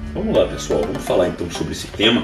Vamos lá, pessoal, vamos falar então sobre esse tema.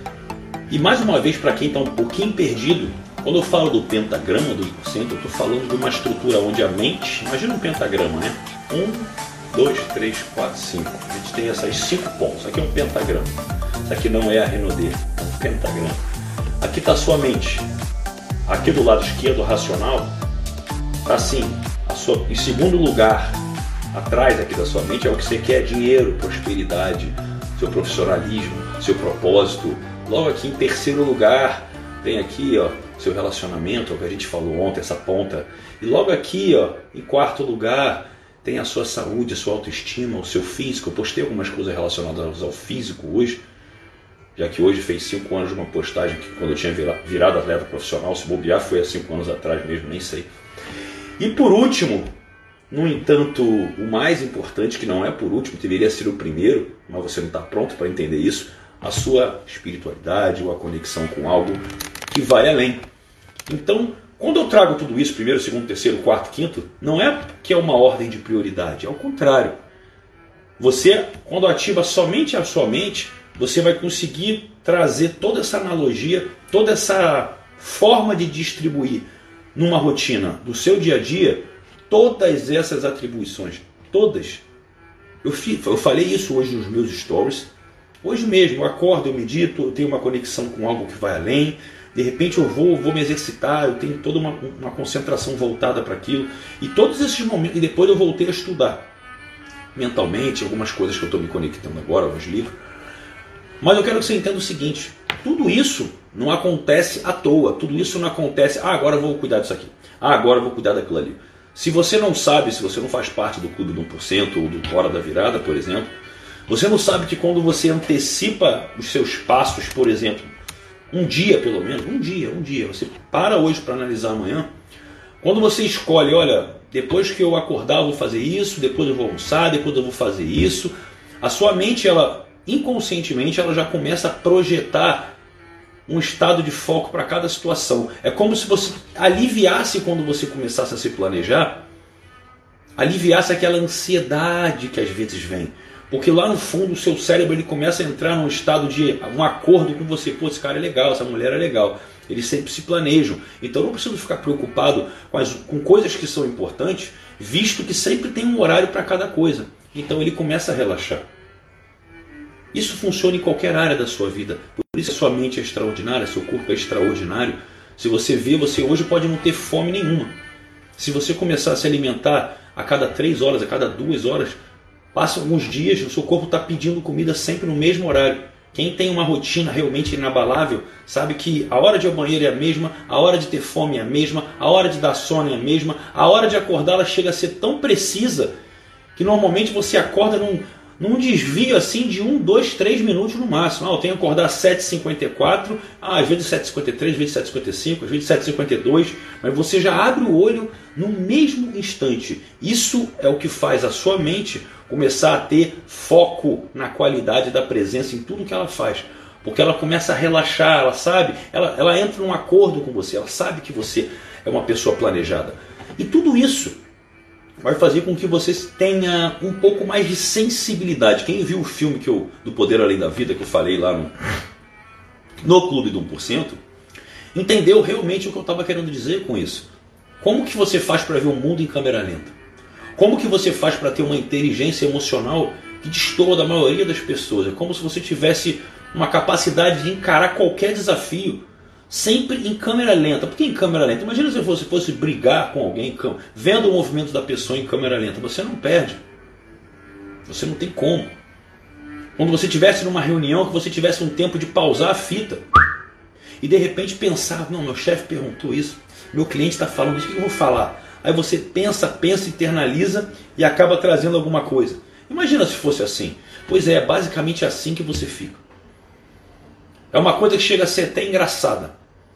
E mais uma vez, para quem está um pouquinho perdido, quando eu falo do pentagrama do 1%, eu estou falando de uma estrutura onde a mente, imagina um pentagrama, né? 1, 2, 3, 4, 5. A gente tem essas 5 pontos. Aqui é um pentagrama. Isso aqui não é a Renaudet, é um pentagrama. Aqui está a sua mente. Aqui do lado esquerdo, racional, está assim. Em segundo lugar, atrás aqui da sua mente, é o que você quer: dinheiro, prosperidade, seu profissionalismo, seu propósito. Logo aqui em terceiro lugar, tem aqui, ó, seu relacionamento, é o que a gente falou ontem, essa ponta. E logo aqui, ó, em quarto lugar, tem a sua saúde, a sua autoestima, o seu físico. Eu postei algumas coisas relacionadas ao físico hoje, já que hoje fez 5 anos de uma postagem que quando eu tinha virado atleta profissional, se bobear foi há 5 anos atrás mesmo, nem sei. E por último, no entanto, o mais importante, que não é por último, deveria ser o primeiro, mas você não está pronto para entender isso, a sua espiritualidade ou a conexão com algo que vai além. Então, quando eu trago tudo isso, primeiro, segundo, terceiro, quarto, quinto, não é que é uma ordem de prioridade, é o contrário. Você, quando ativa somente a sua mente, você vai conseguir trazer toda essa analogia, toda essa forma de distribuir numa rotina do seu dia a dia, todas essas atribuições, todas. Eu falei isso hoje nos meus stories. Hoje mesmo, eu acordo, eu medito, eu tenho uma conexão com algo que vai além. De repente eu vou me exercitar, eu tenho toda uma concentração voltada para aquilo. E todos esses momentos, e depois eu voltei a estudar mentalmente algumas coisas que eu estou me conectando agora, alguns livros. Mas eu quero que você entenda o seguinte: tudo isso não acontece à toa, tudo isso não acontece, agora eu vou cuidar disso aqui, agora eu vou cuidar daquilo ali. Se você não sabe, se você não faz parte do clube do 1% ou do Hora da Virada, por exemplo, você não sabe que quando você antecipa os seus passos, por exemplo, um dia pelo menos, um dia, você para hoje para analisar amanhã, quando você escolhe, olha, depois que eu acordar eu vou fazer isso, depois eu vou almoçar, depois eu vou fazer isso, a sua mente, ela inconscientemente, ela já começa a projetar um estado de foco para cada situação. É como se você aliviasse, quando você começasse a se planejar, aliviasse aquela ansiedade que às vezes vem. Porque lá no fundo o seu cérebro ele começa a entrar num estado de um acordo com você. Pô, esse cara é legal, essa mulher é legal. Eles sempre se planejam. Então eu não preciso ficar preocupado com coisas que são importantes, visto que sempre tem um horário para cada coisa. Então ele começa a relaxar. Isso funciona em qualquer área da sua vida. Por isso a sua mente é extraordinária, seu corpo é extraordinário. Se você vê, você hoje pode não ter fome nenhuma. Se você começar a se alimentar a cada 3 horas, a cada 2 horas, passa alguns dias, o seu corpo está pedindo comida sempre no mesmo horário. Quem tem uma rotina realmente inabalável sabe que a hora de ir ao banheiro é a mesma, a hora de ter fome é a mesma, a hora de dar sono é a mesma, a hora de acordar ela chega a ser tão precisa que normalmente você acorda num desvio assim de 1, 2, 3 minutos no máximo. Eu tenho que acordar às 7h54, às vezes 7h53, às vezes 7h55, às vezes 7h52, mas você já abre o olho no mesmo instante. Isso é o que faz a sua mente começar a ter foco na qualidade da presença em tudo que ela faz. Porque ela começa a relaxar, ela sabe, ela entra num acordo com você, ela sabe que você é uma pessoa planejada. E tudo isso vai fazer com que você tenha um pouco mais de sensibilidade. Quem viu o filme do Poder Além da Vida, que eu falei lá no Clube do 1%, entendeu realmente o que eu estava querendo dizer com isso. Como que você faz para ver o mundo em câmera lenta? Como que você faz para ter uma inteligência emocional que destoa da maioria das pessoas? É como se você tivesse uma capacidade de encarar qualquer desafio sempre em câmera lenta. Por que em câmera lenta? Imagina se você fosse brigar com alguém vendo o movimento da pessoa em câmera lenta. Você não perde. Você não tem como. Quando você estivesse numa reunião, que você tivesse um tempo de pausar a fita e de repente pensar: não, meu chefe perguntou isso, meu cliente está falando isso, o que eu vou falar? Aí você pensa, internaliza e acaba trazendo alguma coisa. Imagina se fosse assim. Pois é basicamente assim que você fica. É uma coisa que chega a ser até engraçada.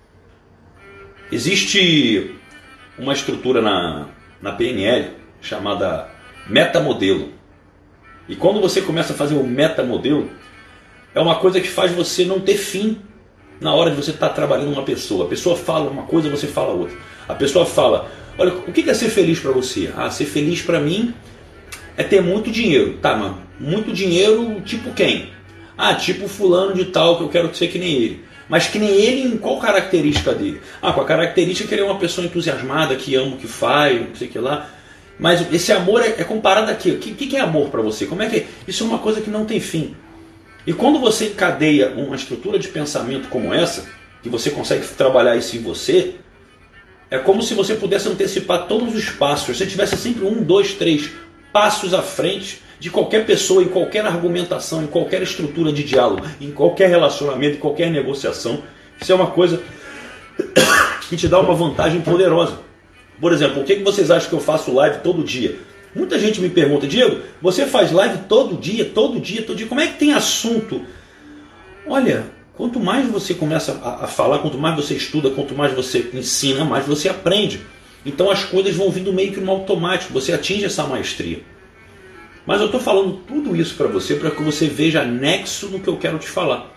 Existe uma estrutura na PNL chamada metamodelo. E quando você começa a fazer o metamodelo, é uma coisa que faz você não ter fim na hora de você estar trabalhando uma pessoa. A pessoa fala uma coisa, você fala outra. A pessoa fala: olha, o que é ser feliz para você? Ser feliz para mim é ter muito dinheiro. Tá, mano, muito dinheiro tipo quem? Ah, tipo fulano de tal, que eu quero ser que nem ele. Mas que nem ele em qual característica dele? Ah, com a característica que ele é uma pessoa entusiasmada, que ama o que faz, não sei o que lá. Mas esse amor é comparado aqui. O que é amor para você? Como é que é? Isso é uma coisa que não tem fim. E quando você encadeia uma estrutura de pensamento como essa, que você consegue trabalhar isso em você, é como se você pudesse antecipar todos os passos. Você tivesse sempre 1, 2, 3 passos à frente de qualquer pessoa, em qualquer argumentação, em qualquer estrutura de diálogo, em qualquer relacionamento, em qualquer negociação. Isso é uma coisa que te dá uma vantagem poderosa. Por exemplo, por que vocês acham que eu faço live todo dia? Muita gente me pergunta, Diego, você faz live todo dia, todo dia, todo dia, como é que tem assunto? Olha, quanto mais você começa a falar, quanto mais você estuda, quanto mais você ensina, mais você aprende. Então as coisas vão vindo meio que no automático, você atinge essa maestria. Mas eu estou falando tudo isso para que você veja nexo no que eu quero te falar.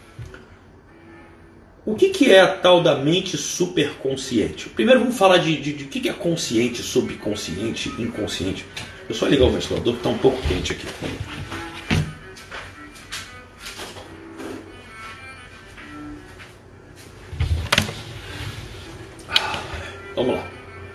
O que é a tal da mente superconsciente? Primeiro vamos falar de que é consciente, subconsciente, inconsciente. Eu só ligar o ventilador que está um pouco quente aqui. Vamos lá.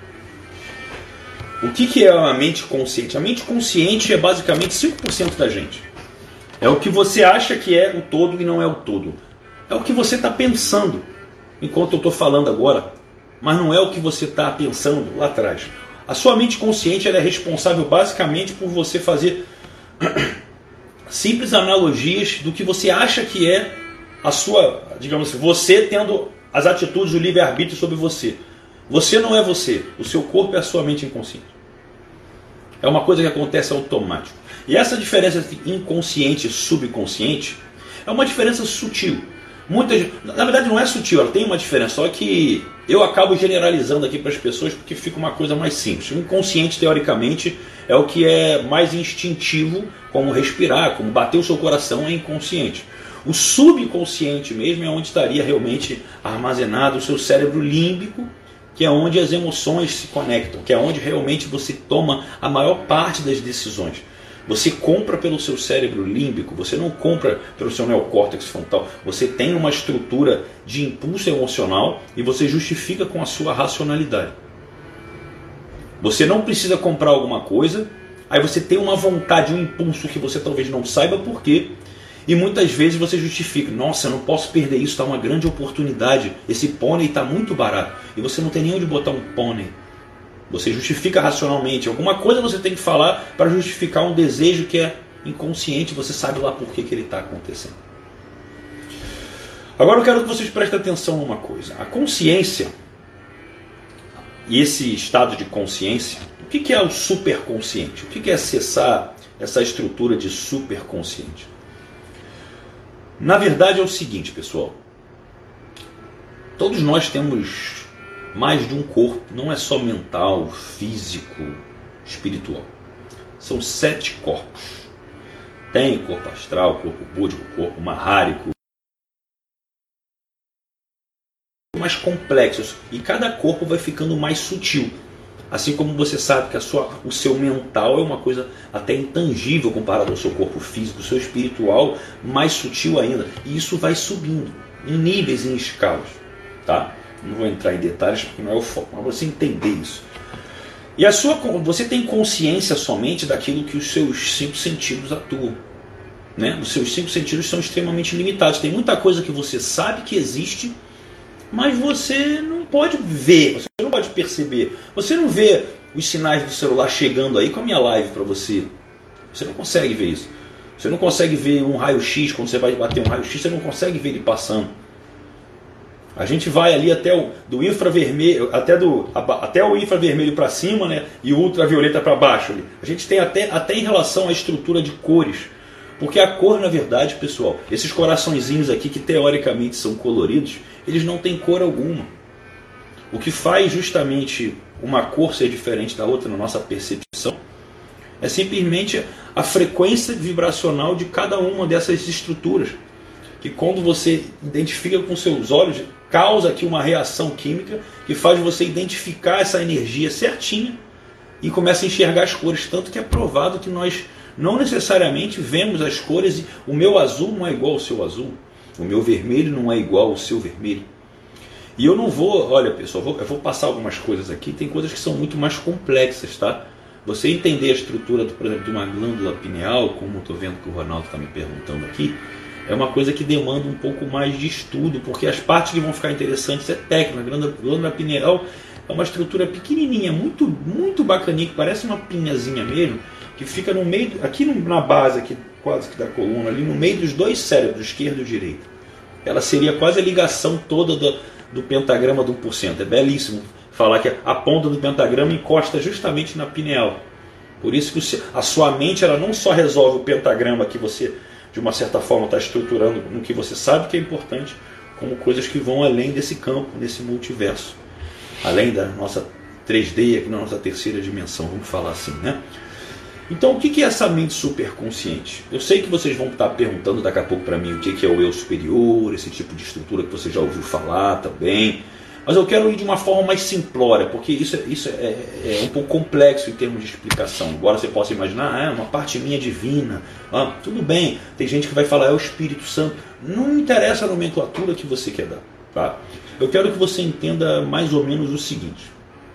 O que é a mente consciente? A mente consciente é basicamente 5% da gente. É o que você acha que é o todo e não é o todo. É o que você está pensando enquanto eu estou falando agora, mas não é o que você está pensando lá atrás. A sua mente consciente ela é responsável basicamente por você fazer simples analogias do que você acha que é a sua, digamos assim, você tendo as atitudes do livre-arbítrio sobre você. Você não é você, o seu corpo é a sua mente inconsciente. É uma coisa que acontece automático. E essa diferença entre inconsciente e subconsciente é uma diferença sutil. Na verdade não é sutil, ela tem uma diferença, só que eu acabo generalizando aqui para as pessoas porque fica uma coisa mais simples. O inconsciente, teoricamente, é o que é mais instintivo, como respirar, como bater o seu coração, é inconsciente. O subconsciente mesmo é onde estaria realmente armazenado o seu cérebro límbico, que é onde as emoções se conectam, que é onde realmente você toma a maior parte das decisões. Você compra pelo seu cérebro límbico, você não compra pelo seu neocórtex frontal. Você tem uma estrutura de impulso emocional e você justifica com a sua racionalidade. Você não precisa comprar alguma coisa, aí você tem uma vontade, um impulso que você talvez não saiba por quê, e muitas vezes você justifica, nossa, eu não posso perder isso, está uma grande oportunidade, esse pônei está muito barato, e você não tem nem onde botar um pônei. Você justifica racionalmente. Alguma coisa você tem que falar para justificar um desejo que é inconsciente. Você sabe lá por que ele está acontecendo. Agora eu quero que vocês prestem atenção numa coisa. A consciência e esse estado de consciência, o que é o superconsciente? O que é acessar essa estrutura de superconsciente? Na verdade é o seguinte, pessoal. Todos nós temos mais de um corpo, não é só mental, físico, espiritual. São 7 corpos. Tem corpo astral, corpo búdico, corpo mahárico, mais complexos. E cada corpo vai ficando mais sutil. Assim como você sabe que o seu mental é uma coisa até intangível comparado ao seu corpo físico, o seu espiritual mais sutil ainda. E isso vai subindo em níveis, em escalas, tá? Não vou entrar em detalhes porque não é o foco, mas você entender isso. E você tem consciência somente daquilo que os seus 5 sentidos atuam. Né? Os seus 5 sentidos são extremamente limitados. Tem muita coisa que você sabe que existe, mas você não pode ver, você não pode perceber. Você não vê os sinais do celular chegando aí com a minha live para você. Você não consegue ver isso. Você não consegue ver um raio-x, quando você vai bater um raio-x, você não consegue ver ele passando. A gente vai ali até do infravermelho, até o infravermelho para cima, né, e o ultravioleta para baixo. Ali. A gente tem até em relação à estrutura de cores. Porque a cor, na verdade, pessoal, esses coraçõezinhos aqui que teoricamente são coloridos, eles não têm cor alguma. O que faz justamente uma cor ser diferente da outra na nossa percepção é simplesmente a frequência vibracional de cada uma dessas estruturas. Que quando você identifica com seus olhos, causa aqui uma reação química que faz você identificar essa energia certinha e começa a enxergar as cores. Tanto que é provado que nós não necessariamente vemos as cores. O meu azul não é igual ao seu azul, o meu vermelho não é igual ao seu vermelho. E eu não vou, olha pessoal, eu vou passar algumas coisas aqui, tem coisas que são muito mais complexas, tá? Você entender a estrutura, por exemplo, de uma glândula pineal, como eu estou vendo que o Ronaldo está me perguntando aqui, é uma coisa que demanda um pouco mais de estudo, porque as partes que vão ficar interessantes é técnica. A glândula pineal é uma estrutura pequenininha, muito, muito bacaninha, que parece uma pinhazinha mesmo, que fica no meio, aqui na base, aqui, quase que da coluna, ali no meio dos dois cérebros, esquerdo e direito. Ela seria quase a ligação toda do pentagrama do 1%. É belíssimo falar que a ponta do pentagrama encosta justamente na pineal. Por isso que a sua mente ela não só resolve o pentagrama que você, de uma certa forma, está estruturando no que você sabe que é importante, como coisas que vão além desse campo, nesse multiverso. Além da nossa 3D, aqui na nossa terceira dimensão, vamos falar assim, né? Então, o que é essa mente superconsciente? Eu sei que vocês vão estar perguntando daqui a pouco para mim o que é o eu superior, esse tipo de estrutura que você já ouviu falar também. Mas eu quero ir de uma forma mais simplória, porque isso é um pouco complexo em termos de explicação. Embora você possa imaginar, é uma parte minha divina. Tudo bem, tem gente que vai falar, é o Espírito Santo. Não interessa a nomenclatura que você quer dar. Tá? Eu quero que você entenda mais ou menos o seguinte.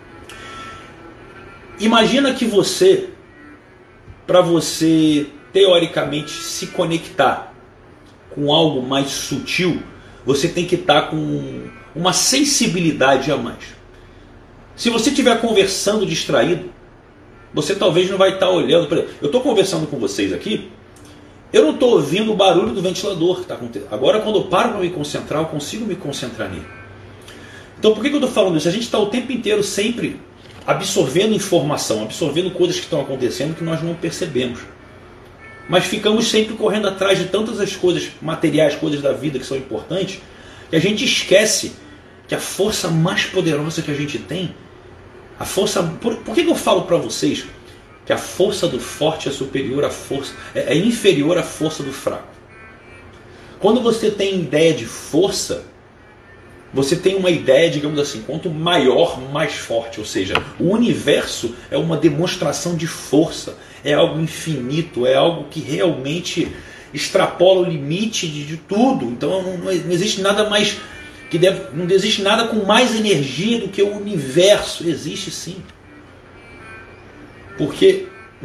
Imagina que para você teoricamente se conectar com algo mais sutil, você tem que estar com uma sensibilidade a mais. Se você estiver conversando distraído, você talvez não vai estar olhando. Por exemplo, eu estou conversando com vocês aqui, eu não estou ouvindo o barulho do ventilador que está acontecendo. Agora, quando eu paro para me concentrar, eu consigo me concentrar nele. Então, por que eu estou falando isso? A gente está o tempo inteiro sempre absorvendo informação, absorvendo coisas que estão acontecendo que nós não percebemos. Mas ficamos sempre correndo atrás de tantas as coisas materiais, coisas da vida que são importantes, que a gente esquece que a força mais poderosa que a gente tem, a força. Por que eu falo para vocês que a força do forte é superior à força, é inferior à força do fraco? Quando você tem ideia de força, você tem uma ideia, digamos assim, quanto maior, mais forte. Ou seja, o universo é uma demonstração de força, é algo infinito, é algo que realmente extrapola o limite de tudo. Então não existe nada mais não existe nada com mais energia do que o universo. Existe sim. Porque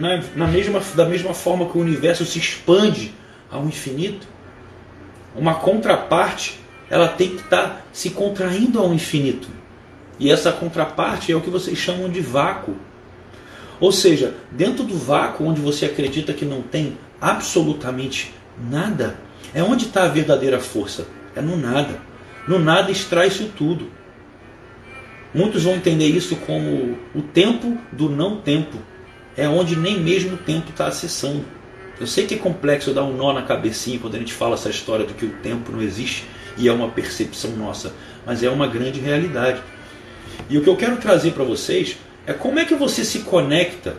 da mesma forma que o universo se expande ao infinito, uma contraparte ela tem que estar se contraindo ao infinito. E essa contraparte é o que vocês chamam de vácuo. Ou seja, dentro do vácuo onde você acredita que não tem absolutamente nada, é onde está a verdadeira força. É no nada. No nada extrai-se tudo. Muitos vão entender isso como o tempo do não tempo. É onde nem mesmo o tempo está acessando. Eu sei que é complexo dar um nó na cabecinha quando a gente fala essa história do que o tempo não existe e é uma percepção nossa, mas é uma grande realidade. E o que eu quero trazer para vocês é como é que você se conecta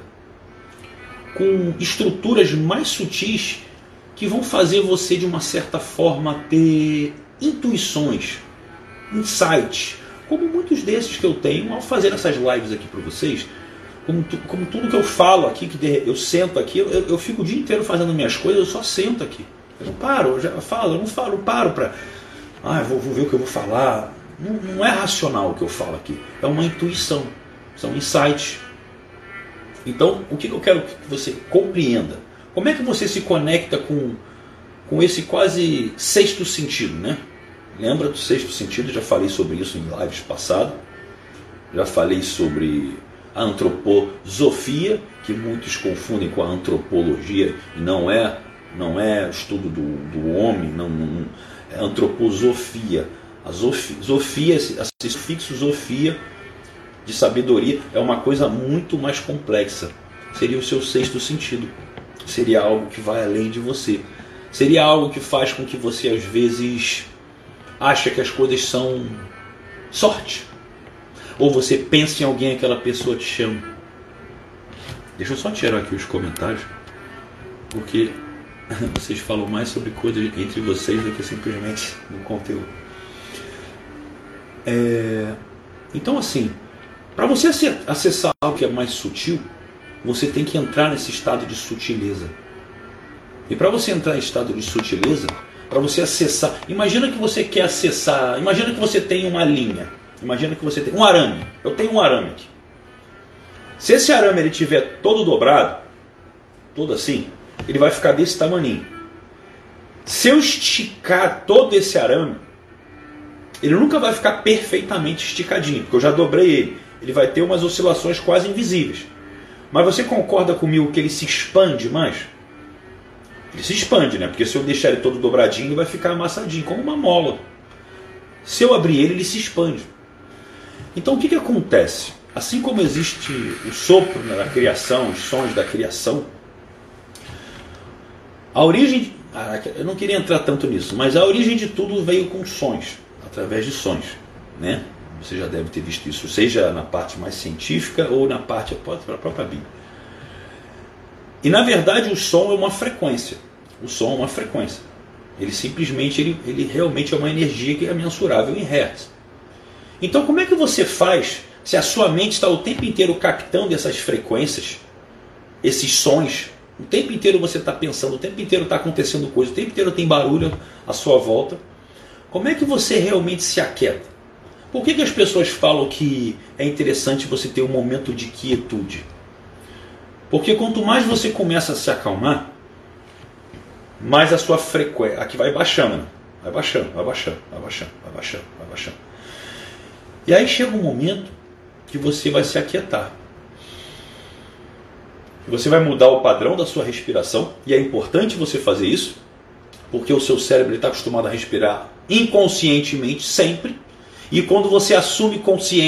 com estruturas mais sutis que vão fazer você, de uma certa forma, ter intuições, insights, como muitos desses que eu tenho ao fazer essas lives aqui para vocês. Como tudo que eu falo aqui, que eu sento aqui, eu fico o dia inteiro fazendo minhas coisas, eu só sento aqui. Eu não paro, eu já falo, eu não falo, eu paro para... vou ver o que eu vou falar. Não é racional o que eu falo aqui, é uma intuição, são insights. Então, o que eu quero que você compreenda? Como é que você se conecta com esse quase sexto sentido, né? Lembra do sexto sentido? Já falei sobre isso em lives passadas. Já falei sobre a antroposofia, que muitos confundem com a antropologia, e não é estudo do homem, não é antroposofia. A zofia, esse sufixo zofia, de sabedoria, é uma coisa muito mais complexa. Seria o seu sexto sentido. Seria algo que vai além de você. Seria algo que faz com que você às vezes acha que as coisas são sorte. Ou você pensa em alguém, aquela pessoa te chama. Deixa eu só tirar aqui os comentários, porque vocês falam mais sobre coisas entre vocês do que simplesmente no conteúdo. Então assim, para você acessar algo que é mais sutil, você tem que entrar nesse estado de sutileza. E para você entrar em estado de sutileza, para você acessar, imagina que você quer acessar, imagina que você tem uma linha, imagina que você tem um arame, eu tenho um arame aqui. Se esse arame ele tiver todo dobrado, todo assim, ele vai ficar desse tamaninho. Se eu esticar todo esse arame, ele nunca vai ficar perfeitamente esticadinho, porque eu já dobrei ele. Ele vai ter umas oscilações quase invisíveis. Mas você concorda comigo que ele se expande mais? Ele se expande, né? Porque se eu deixar ele todo dobradinho, ele vai ficar amassadinho, como uma mola. Se eu abrir ele, ele se expande. Então o que acontece? Assim como existe o sopro na criação, os sons da criação, a origem, eu não queria entrar tanto nisso, mas a origem de tudo veio com sons, através de sons, né? Você já deve ter visto isso, seja na parte mais científica ou na parte da própria Bíblia. E na verdade o som é uma frequência. O som é uma frequência. Ele simplesmente, ele realmente é uma energia que é mensurável em hertz. Então como é que você faz se a sua mente está o tempo inteiro captando essas frequências, esses sons? O tempo inteiro você está pensando, o tempo inteiro está acontecendo coisa, o tempo inteiro tem barulho à sua volta. Como é que você realmente se aquieta? Por que as pessoas falam que é interessante você ter um momento de quietude? Porque quanto mais você começa a se acalmar, mais a sua frequência, aqui vai baixando, né? Vai baixando, vai baixando, vai baixando, vai baixando, vai baixando. E aí chega um momento que você vai se aquietar. Você vai mudar o padrão da sua respiração, e é importante você fazer isso, porque o seu cérebro está acostumado a respirar inconscientemente sempre, e quando você assume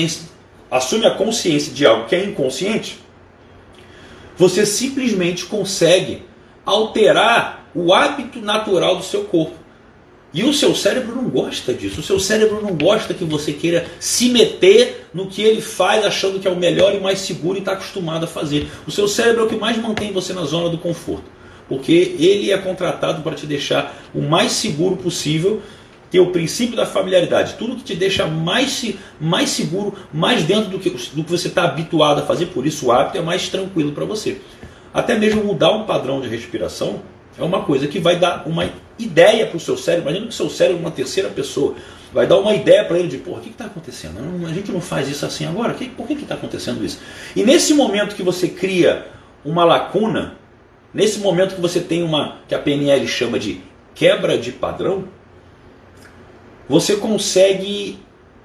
a consciência de algo que é inconsciente, você simplesmente consegue alterar o hábito natural do seu corpo. E o seu cérebro não gosta disso. O seu cérebro não gosta que você queira se meter no que ele faz achando que é o melhor e mais seguro e está acostumado a fazer. O seu cérebro é o que mais mantém você na zona do conforto. Porque ele é contratado para te deixar o mais seguro possível, ter o princípio da familiaridade. Tudo que te deixa mais seguro, mais dentro do que você está habituado a fazer. Por isso o hábito é mais tranquilo para você. Até mesmo mudar um padrão de respiração é uma coisa que vai dar uma ideia para o seu cérebro. Imagina que o seu cérebro é uma terceira pessoa. Vai dar uma ideia para ele de, porra, o que está acontecendo? A gente não faz isso assim agora? Por que está acontecendo isso? E nesse momento que você cria uma lacuna, nesse momento que você tem que a PNL chama de quebra de padrão, você consegue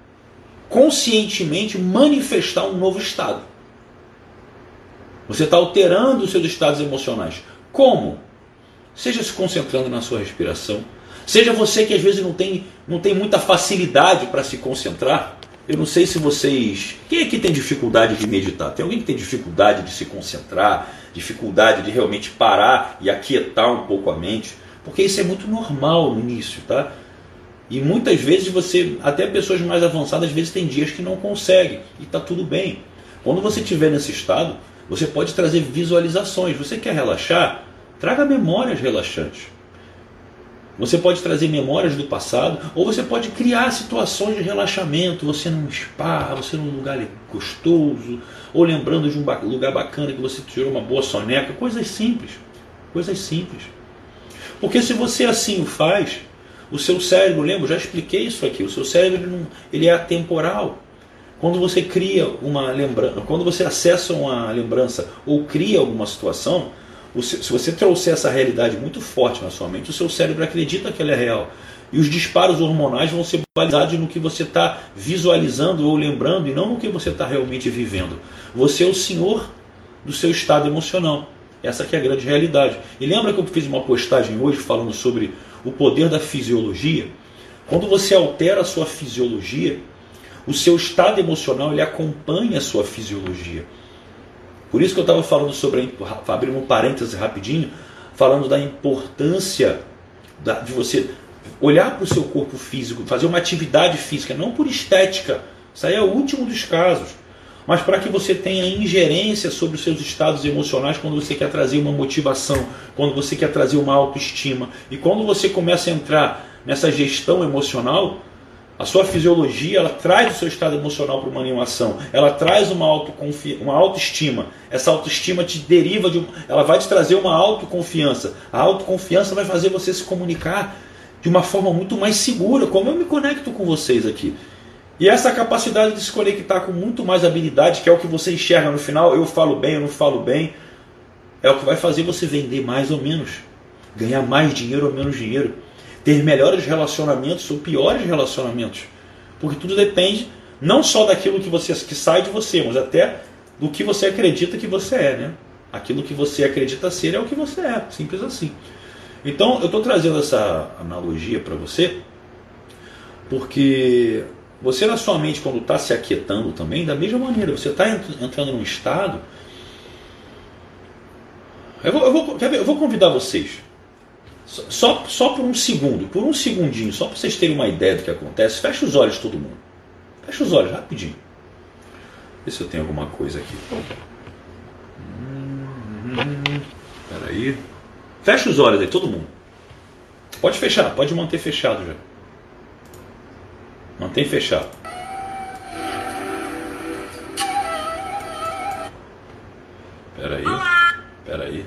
conscientemente manifestar um novo estado. Você está alterando os seus estados emocionais. Como? Seja se concentrando na sua respiração. Seja você que às vezes não tem muita facilidade para se concentrar. Eu não sei se vocês... Quem aqui tem dificuldade de meditar? Tem alguém que tem dificuldade de se concentrar? Dificuldade de realmente parar e aquietar um pouco a mente? Porque isso é muito normal no início, tá? E muitas vezes até pessoas mais avançadas, às vezes tem dias que não conseguem. E está tudo bem. Quando você estiver nesse estado, você pode trazer visualizações. Você quer relaxar? Traga memórias relaxantes. Você pode trazer memórias do passado, ou você pode criar situações de relaxamento, você num spa, você num lugar gostoso, ou lembrando de um lugar bacana que você tirou uma boa soneca, coisas simples. Coisas simples. Porque se você assim o faz, o seu cérebro, lembra, eu já expliquei isso aqui, o seu cérebro ele é atemporal. Quando você cria uma lembrança, quando você acessa uma lembrança ou cria alguma situação, se você trouxer essa realidade muito forte na sua mente, o seu cérebro acredita que ela é real. E os disparos hormonais vão ser baseados no que você está visualizando ou lembrando e não no que você está realmente vivendo. Você é o senhor do seu estado emocional. Essa que é a grande realidade. E lembra que eu fiz uma postagem hoje falando sobre o poder da fisiologia? Quando você altera a sua fisiologia, o seu estado emocional ele acompanha a sua fisiologia. Por isso que eu estava falando sobre, abrindo um parêntese rapidinho, falando da importância de você olhar para o seu corpo físico, fazer uma atividade física, não por estética, isso aí é o último dos casos, mas para que você tenha ingerência sobre os seus estados emocionais quando você quer trazer uma motivação, quando você quer trazer uma autoestima. E quando você começa a entrar nessa gestão emocional, A sua fisiologia, ela traz o seu estado emocional para uma animação. Ela traz uma autoestima. Essa autoestima te deriva ela vai te trazer uma autoconfiança. A autoconfiança vai fazer você se comunicar de uma forma muito mais segura, como eu me conecto com vocês aqui. E essa capacidade de se conectar com muito mais habilidade, que é o que você enxerga no final, eu falo bem, eu não falo bem, é o que vai fazer você vender mais ou menos, ganhar mais dinheiro ou menos dinheiro, ter melhores relacionamentos ou piores relacionamentos. Porque tudo depende não só daquilo que sai de você, mas até do que você acredita que você é, né? Aquilo que você acredita ser é o que você é, simples assim. Então eu estou trazendo essa analogia para você, porque você na sua mente, quando está se aquietando também, da mesma maneira, você está entrando num estado. Eu vou convidar vocês, só por um segundo, por um segundinho, só para vocês terem uma ideia do que acontece. Fecha os olhos todo mundo. Fecha os olhos, rapidinho. Vê se eu tenho alguma coisa aqui. Espera aí. Fecha os olhos aí, todo mundo. Pode fechar, pode manter fechado já. Mantém fechado. Espera aí.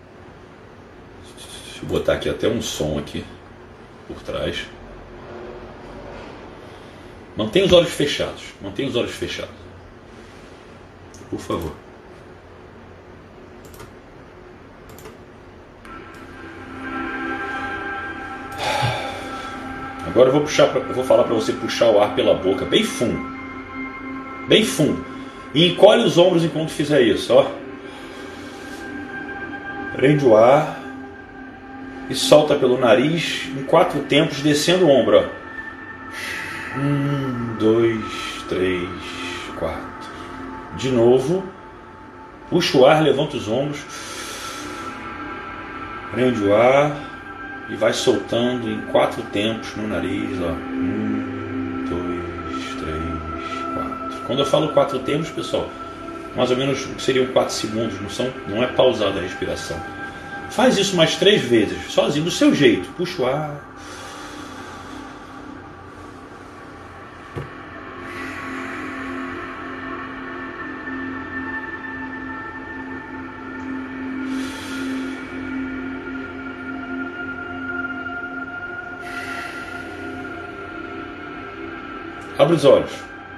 Deixa eu botar aqui até um som aqui por trás. Mantenha os olhos fechados. Mantenha os olhos fechados. Por favor. Agora eu vou falar para você puxar o ar pela boca bem fundo. Bem fundo. E encolhe os ombros enquanto fizer isso, ó. Prende o ar e solta pelo nariz em 4 tempos, descendo o ombro, ó. 1, 2, 3, 4. De novo. Puxa o ar, levanta os ombros. Prende o ar e vai soltando em 4 tempos no nariz, ó. 1, 2, 3, 4. Quando eu falo 4 tempos, pessoal, mais ou menos seriam 4 segundos, não é pausada a respiração. Faz isso mais 3 vezes, sozinho, do seu jeito. Puxa o ar. Abre os olhos.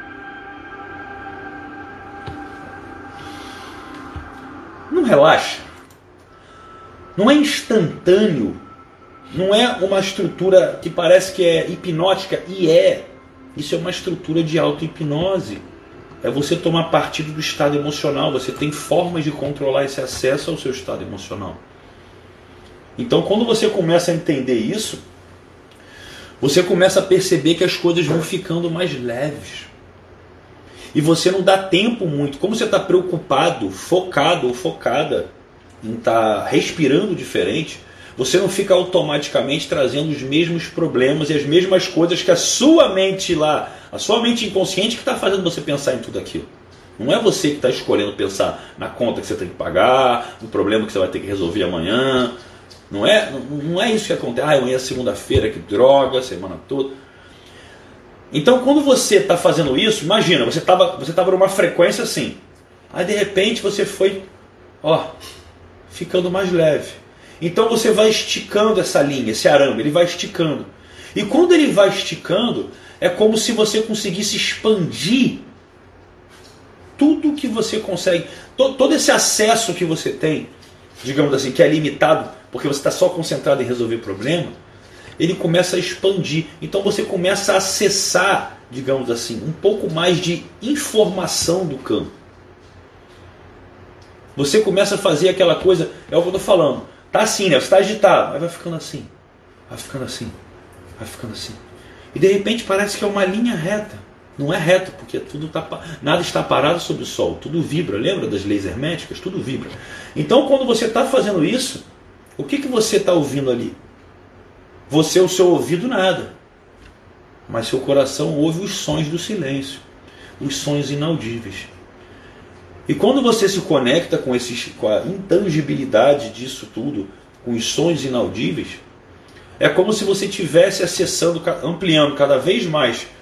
Não relaxa. Não é instantâneo. Não é uma estrutura que parece que é hipnótica. E é. Isso é uma estrutura de auto-hipnose. É você tomar partido do estado emocional. Você tem formas de controlar esse acesso ao seu estado emocional. Então, quando você começa a entender isso, você começa a perceber que as coisas vão ficando mais leves. E você não dá tempo muito. Como você está preocupado, focado ou focada em estar respirando diferente, você não fica automaticamente trazendo os mesmos problemas e as mesmas coisas que a sua mente lá, a sua mente inconsciente que está fazendo você pensar em tudo aquilo. Não é você que está escolhendo pensar na conta que você tem que pagar, no problema que você vai ter que resolver amanhã. Não é isso que acontece. Amanhã é segunda-feira, que droga, semana toda. Então, quando você está fazendo isso, imagina, você estava numa frequência assim. Aí, de repente, você foi, ficando mais leve. Então, você vai esticando essa linha, esse arame, ele vai esticando. E quando ele vai esticando, é como se você conseguisse expandir tudo que você consegue. Todo esse acesso que você tem, digamos assim, que é limitado, porque você está só concentrado em resolver problema, ele começa a expandir. Então você começa a acessar, digamos assim, um pouco mais de informação do campo. Você começa a fazer aquela coisa, é o que eu estou falando. Tá assim, né? Você está agitado, mas vai ficando assim, vai ficando assim, vai ficando assim. E de repente parece que é uma linha reta. Não é reto, porque nada está parado sob o sol, tudo vibra. Lembra das leis herméticas? Tudo vibra. Então, quando você está fazendo isso, o que você está ouvindo ali? Você, o seu ouvido, nada. Mas seu coração ouve os sons do silêncio, os sons inaudíveis. E quando você se conecta com a intangibilidade disso tudo, com os sons inaudíveis, é como se você estivesse acessando, ampliando cada vez mais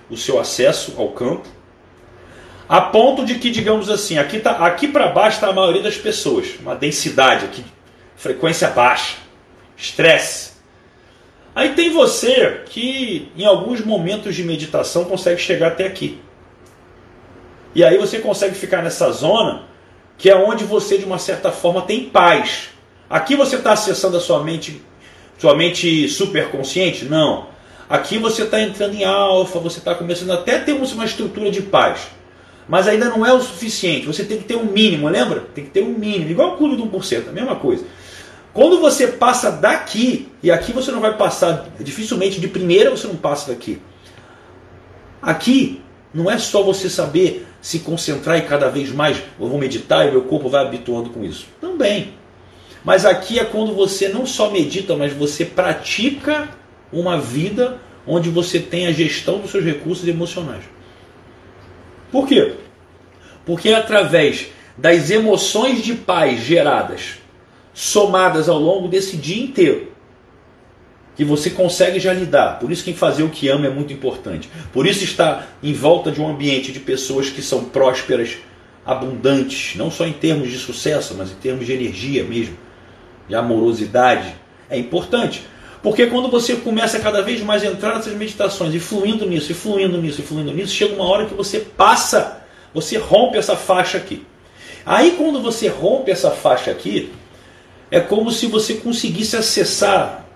o seu acesso ao campo, a ponto de que, digamos assim, aqui para baixo está a maioria das pessoas, uma densidade aqui, frequência baixa, estresse. Aí tem você que em alguns momentos de meditação consegue chegar até aqui. E aí você consegue ficar nessa zona que é onde você de uma certa forma tem paz. Aqui você está acessando a sua mente superconsciente? Não. Aqui você está entrando em alfa, você está começando até a ter uma estrutura de paz. Mas ainda não é o suficiente, você tem que ter um mínimo, lembra? Tem que ter um mínimo, igual o clube do 1%, a mesma coisa. Quando você passa daqui, e aqui você não vai passar, dificilmente de primeira você não passa daqui. Aqui não é só você saber se concentrar e cada vez mais eu vou meditar e meu corpo vai habituando com isso. Também. Mas aqui é quando você não só medita, mas você pratica uma vida onde você tem a gestão dos seus recursos emocionais. Por quê? Porque é através das emoções de paz geradas, somadas ao longo desse dia inteiro, que você consegue já lidar. Por isso que fazer o que ama é muito importante. Por isso estar em volta de um ambiente de pessoas que são prósperas, abundantes, não só em termos de sucesso, mas em termos de energia mesmo, de amorosidade, é importante. Porque quando você começa cada vez mais a entrar nessas meditações e fluindo nisso, e fluindo nisso, e fluindo nisso, chega uma hora que você passa, você rompe essa faixa aqui. Aí quando você rompe essa faixa aqui, é como se você conseguisse acessar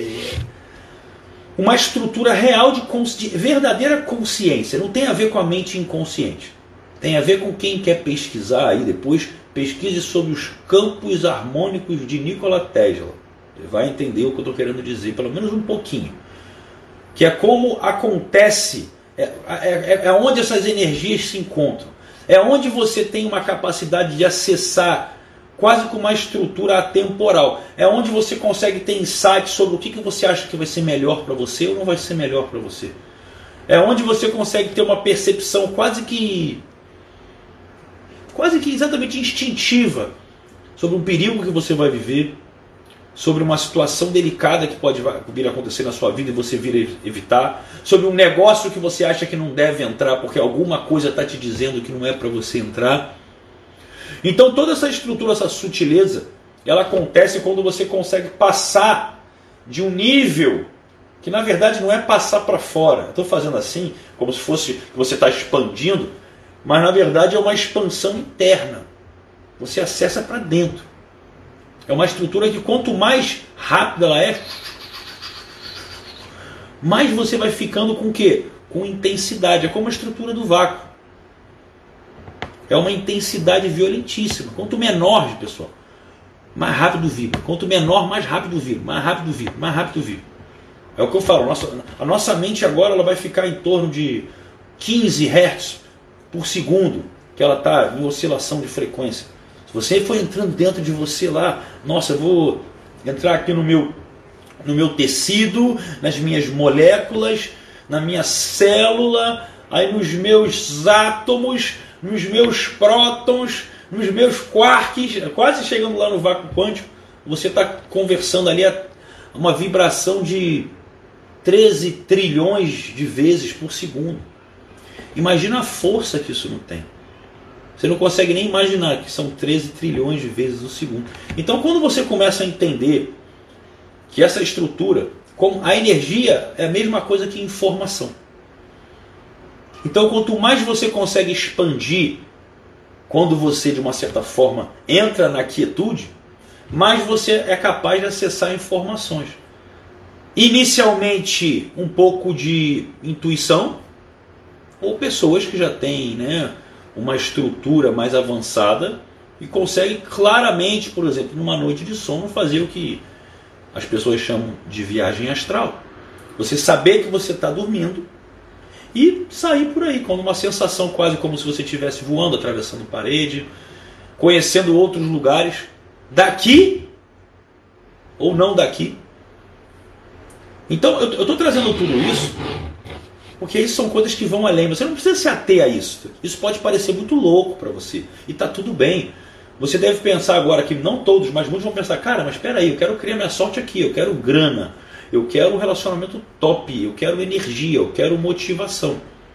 uma estrutura real de verdadeira consciência. Não tem a ver com a mente inconsciente. Tem a ver com quem quer pesquisar aí depois, pesquise sobre os campos harmônicos de Nikola Tesla. Você vai entender o que eu estou querendo dizer, pelo menos um pouquinho. Que é como acontece, é onde essas energias se encontram. É onde você tem uma capacidade de acessar quase com uma estrutura atemporal. É onde você consegue ter insight sobre o que você acha que vai ser melhor para você ou não vai ser melhor para você. É onde você consegue ter uma percepção quase que exatamente instintiva sobre um perigo que você vai viver, sobre uma situação delicada que pode vir a acontecer na sua vida e você vir evitar, sobre um negócio que você acha que não deve entrar porque alguma coisa está te dizendo que não é para você entrar. Então toda essa estrutura, essa sutileza, ela acontece quando você consegue passar de um nível que na verdade não é passar para fora. Estou fazendo assim, como se fosse que você está expandindo, mas na verdade é uma expansão interna. Você acessa para dentro. É uma estrutura que quanto mais rápida ela é, mais você vai ficando com o quê? Com intensidade. É como a estrutura do vácuo. É uma intensidade violentíssima. Quanto menor, pessoal, mais rápido vibra. Quanto menor, mais rápido vibra. Mais rápido vibra. Mais rápido vibra. É o que eu falo. A nossa mente agora ela vai ficar em torno de 15 Hz por segundo, que ela está em oscilação de frequência. Se você for entrando dentro de você lá, nossa, eu vou entrar aqui no meu tecido, nas minhas moléculas, na minha célula, aí nos meus átomos, nos meus prótons, nos meus quarks, quase chegando lá no vácuo quântico, você está conversando ali a uma vibração de 13 trilhões de vezes por segundo. Imagina a força que isso não tem. Você não consegue nem imaginar que são 13 trilhões de vezes no segundo. Então quando você começa a entender que essa estrutura, como a energia é a mesma coisa que informação. Então quanto mais você consegue expandir, quando você de uma certa forma entra na quietude, mais você é capaz de acessar informações. Inicialmente um pouco de intuição, ou pessoas que já têm, uma estrutura mais avançada e conseguem claramente, por exemplo, numa noite de sono, fazer o que as pessoas chamam de viagem astral. Você saber que você está dormindo e sair por aí com uma sensação quase como se você estivesse voando, atravessando parede, conhecendo outros lugares, daqui ou não daqui. Então eu estou trazendo tudo isso porque isso são coisas que vão além. Você não precisa se ater a isso. Isso pode parecer muito louco para você. E está tudo bem. Você deve pensar agora que não todos, mas muitos vão pensar, cara, mas espera aí, eu quero criar minha sorte aqui, eu quero grana, eu quero um relacionamento top, eu quero energia, eu quero motivação.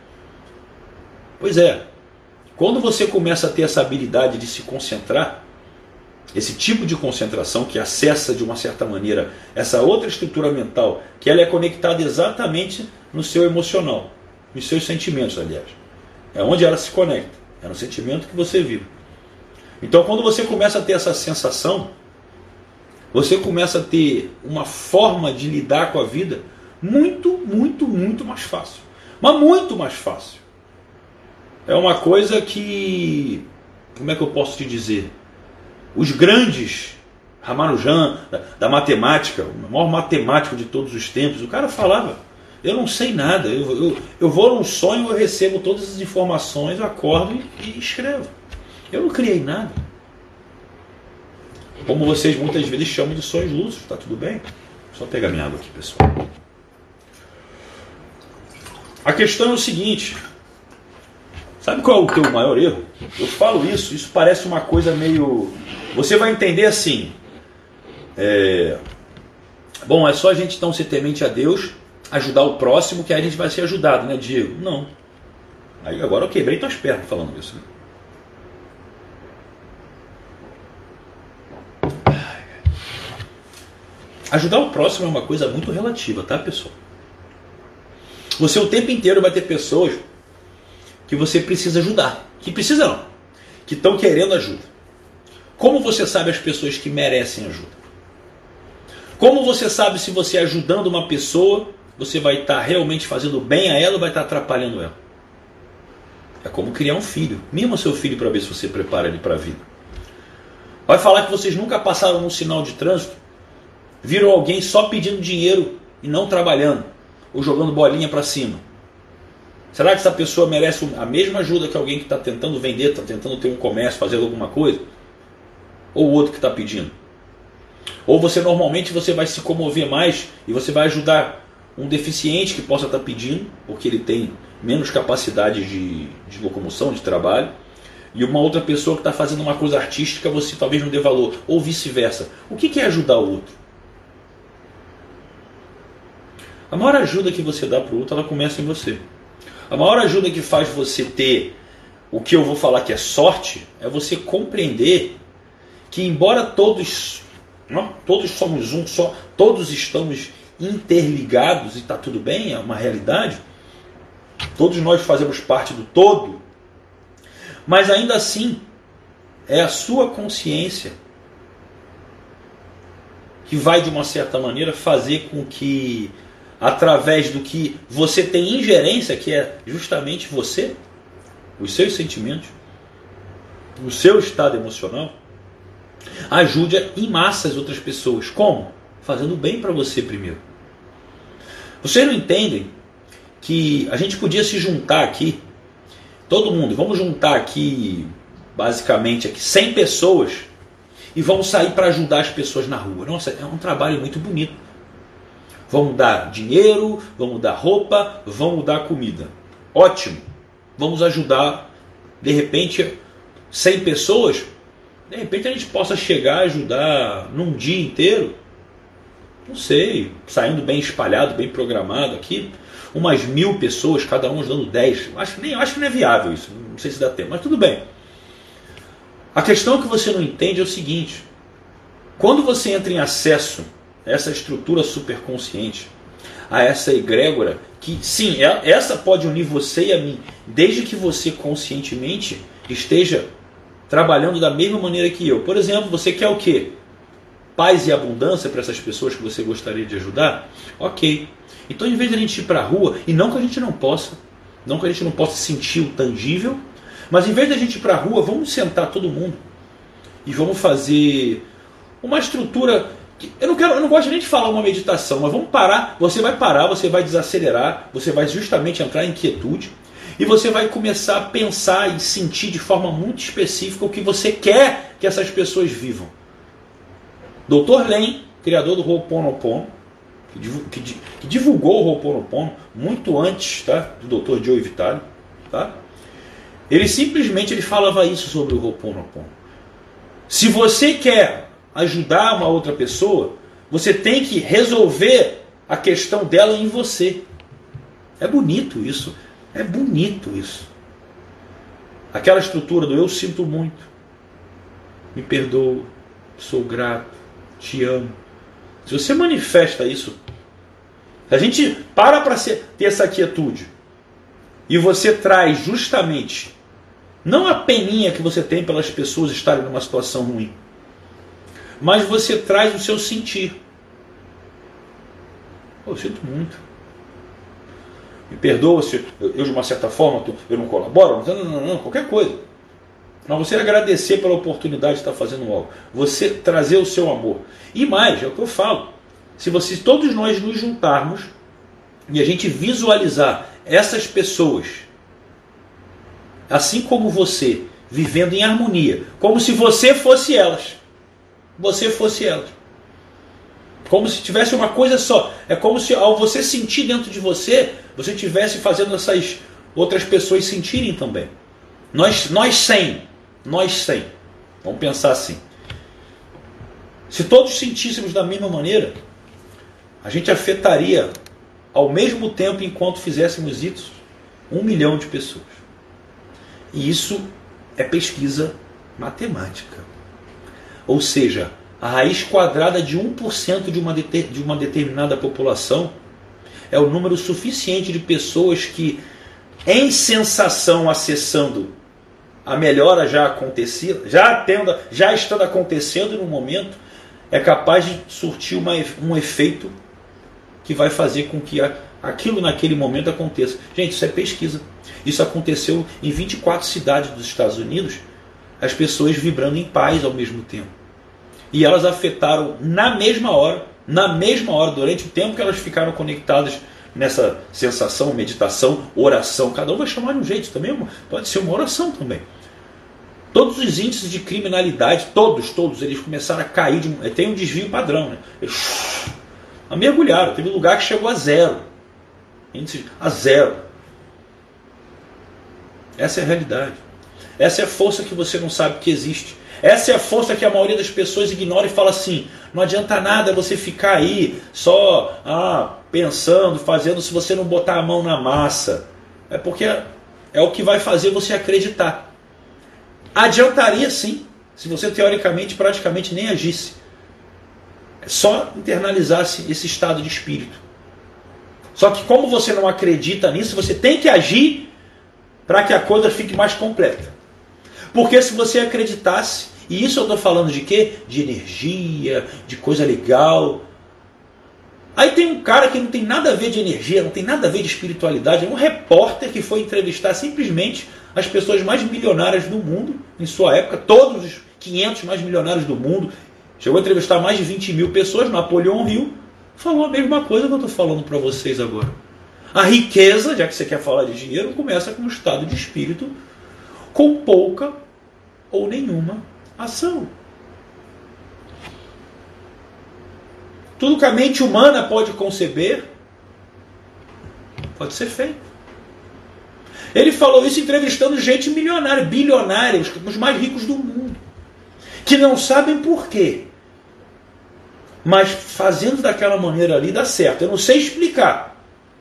Pois é, quando você começa a ter essa habilidade de se concentrar, esse tipo de concentração que acessa de uma certa maneira essa outra estrutura mental, que ela é conectada exatamente no seu emocional, nos seus sentimentos, aliás. É onde ela se conecta, é no sentimento que você vive. Então, quando você começa a ter essa sensação, você começa a ter uma forma de lidar com a vida muito, muito, muito mais fácil. Mas muito mais fácil. É uma coisa que, como é que eu posso te dizer? Os grandes, Ramanujan, da matemática, o maior matemático de todos os tempos, o cara falava, eu não sei nada, eu vou num sonho, eu recebo todas as informações, eu acordo e escrevo. Eu não criei nada. Como vocês muitas vezes chamam de sonhos lúcidos, tá tudo bem? Só pegar minha água aqui, pessoal. A questão é o seguinte, sabe qual é o teu maior erro? Eu falo isso parece uma coisa meio... Você vai entender assim, bom, é só a gente então ser temente a Deus, ajudar o próximo, que aí a gente vai ser ajudado, né, Diego? Não. Aí agora eu quebrei tuas pernas falando isso, né? Ajudar o próximo é uma coisa muito relativa, tá, pessoal? Você o tempo inteiro vai ter pessoas que você precisa ajudar. Que precisa não. Que estão querendo ajuda. Como você sabe as pessoas que merecem ajuda? Como você sabe se você ajudando uma pessoa, você vai estar realmente fazendo bem a ela ou vai estar atrapalhando ela? É como criar um filho. Mima seu filho para ver se você prepara ele para a vida. Vai falar que vocês nunca passaram num sinal de trânsito, viram alguém só pedindo dinheiro e não trabalhando, ou jogando bolinha para cima. Será que essa pessoa merece a mesma ajuda que alguém que está tentando vender, está tentando ter um comércio, fazer alguma coisa? Ou o outro que está pedindo? Ou normalmente você vai se comover mais e você vai ajudar um deficiente que possa estar pedindo, porque ele tem menos capacidade de locomoção, de trabalho, e uma outra pessoa que está fazendo uma coisa artística, você talvez não dê valor, ou vice-versa. O que é ajudar o outro? A maior ajuda que você dá para o outro, ela começa em você. A maior ajuda que faz você ter o que eu vou falar que é sorte, é você compreender que embora todos somos um só, todos estamos interligados e está tudo bem, é uma realidade, todos nós fazemos parte do todo, mas ainda assim é a sua consciência que vai de uma certa maneira fazer com que, através do que você tem ingerência, que é justamente você, os seus sentimentos, o seu estado emocional, ajude em massa as outras pessoas. Como? Fazendo bem para você primeiro. Vocês não entendem que a gente podia se juntar aqui, todo mundo, vamos juntar aqui, basicamente aqui 100 pessoas, e vamos sair para ajudar as pessoas na rua. Nossa, é um trabalho muito bonito. Vamos dar dinheiro, vamos dar roupa, vamos dar comida. Ótimo. Vamos ajudar, de repente, 100 pessoas. De repente a gente possa chegar a ajudar num dia inteiro, não sei, saindo bem espalhado, bem programado aqui, umas 1000 pessoas, cada um ajudando 10. Acho que não é viável isso, não sei se dá tempo, mas tudo bem. A questão que você não entende é o seguinte: quando você entra em acesso a essa estrutura superconsciente, a essa egrégora, que sim, essa pode unir você e a mim, desde que você conscientemente esteja trabalhando da mesma maneira que eu. Por exemplo, você quer o quê? Paz e abundância para essas pessoas que você gostaria de ajudar? Ok. Então, em vez de a gente ir para a rua, e não que a gente não possa sentir o tangível, mas em vez de a gente ir para a rua, vamos sentar todo mundo e vamos fazer uma estrutura. Eu não gosto nem de falar uma meditação, mas vamos parar. Você vai desacelerar, você vai justamente entrar em quietude. E você vai começar a pensar e sentir de forma muito específica o que você quer que essas pessoas vivam. Dr. Len, criador do Ho'oponopono, que divulgou o Ho'oponopono muito antes, tá, do Dr. Joe Vitale, tá? Ele simplesmente falava isso sobre o Ho'oponopono. Se você quer ajudar uma outra pessoa, você tem que resolver a questão dela em você. É bonito isso. É bonito isso. Aquela estrutura do eu sinto muito, me perdoo, sou grato, te amo. Se você manifesta isso, a gente para ter essa quietude e você traz justamente, não a peninha que você tem pelas pessoas estarem numa situação ruim, mas você traz o seu sentir. Eu sinto muito. Me perdoa se eu de uma certa forma eu não colaboro, não, qualquer coisa. Mas você agradecer pela oportunidade de estar fazendo algo. Você trazer o seu amor. E mais, é o que eu falo. Se todos nós nos juntarmos e a gente visualizar essas pessoas, assim como você, vivendo em harmonia, como se você fosse elas. Você fosse elas. Como se tivesse uma coisa só. É como se ao você sentir dentro de você, você estivesse fazendo essas outras pessoas sentirem também. Nós 100. Vamos pensar assim. Se todos sentíssemos da mesma maneira, a gente afetaria, ao mesmo tempo, enquanto fizéssemos isso, 1 milhão de pessoas. E isso é pesquisa matemática. Ou seja, a raiz quadrada de 1% de uma determinada população é o número suficiente de pessoas que, em sensação, acessando a melhora já acontecida, já estando acontecendo no momento, é capaz de surtir um efeito que vai fazer com que aquilo naquele momento aconteça. Gente, isso é pesquisa. Isso aconteceu em 24 cidades dos Estados Unidos, as pessoas vibrando em paz ao mesmo tempo. E elas afetaram na mesma hora, durante o tempo que elas ficaram conectadas nessa sensação, meditação, oração. Cada um vai chamar de um jeito, também pode ser uma oração também. Todos os índices de criminalidade, todos, eles começaram a cair. Tem um desvio padrão, né? Eles mergulharam. Teve lugar que chegou a 0. Índice a 0. Essa é a realidade. Essa é a força que você não sabe que existe. Essa é a força que a maioria das pessoas ignora e fala assim: não adianta nada você ficar aí só pensando, fazendo, se você não botar a mão na massa. É porque é o que vai fazer você acreditar. Adiantaria sim, se você teoricamente praticamente nem agisse. Só internalizasse esse estado de espírito. Só que como você não acredita nisso, você tem que agir para que a coisa fique mais completa. Porque se você acreditasse, e isso eu estou falando de quê? De energia, de coisa legal. Aí tem um cara que não tem nada a ver de energia, não tem nada a ver de espiritualidade, é um repórter que foi entrevistar simplesmente as pessoas mais milionárias do mundo, em sua época, todos os 500 mais milionários do mundo. Chegou a entrevistar mais de 20 mil pessoas, Napoleão Hill, falou a mesma coisa que eu estou falando para vocês agora. A riqueza, já que você quer falar de dinheiro, começa com um estado de espírito com pouca ou nenhuma ação. Tudo que a mente humana pode conceber pode ser feito. Ele falou isso entrevistando gente milionária, bilionária, os mais ricos do mundo, que não sabem por quê, mas fazendo daquela maneira ali dá certo. Eu não sei explicar.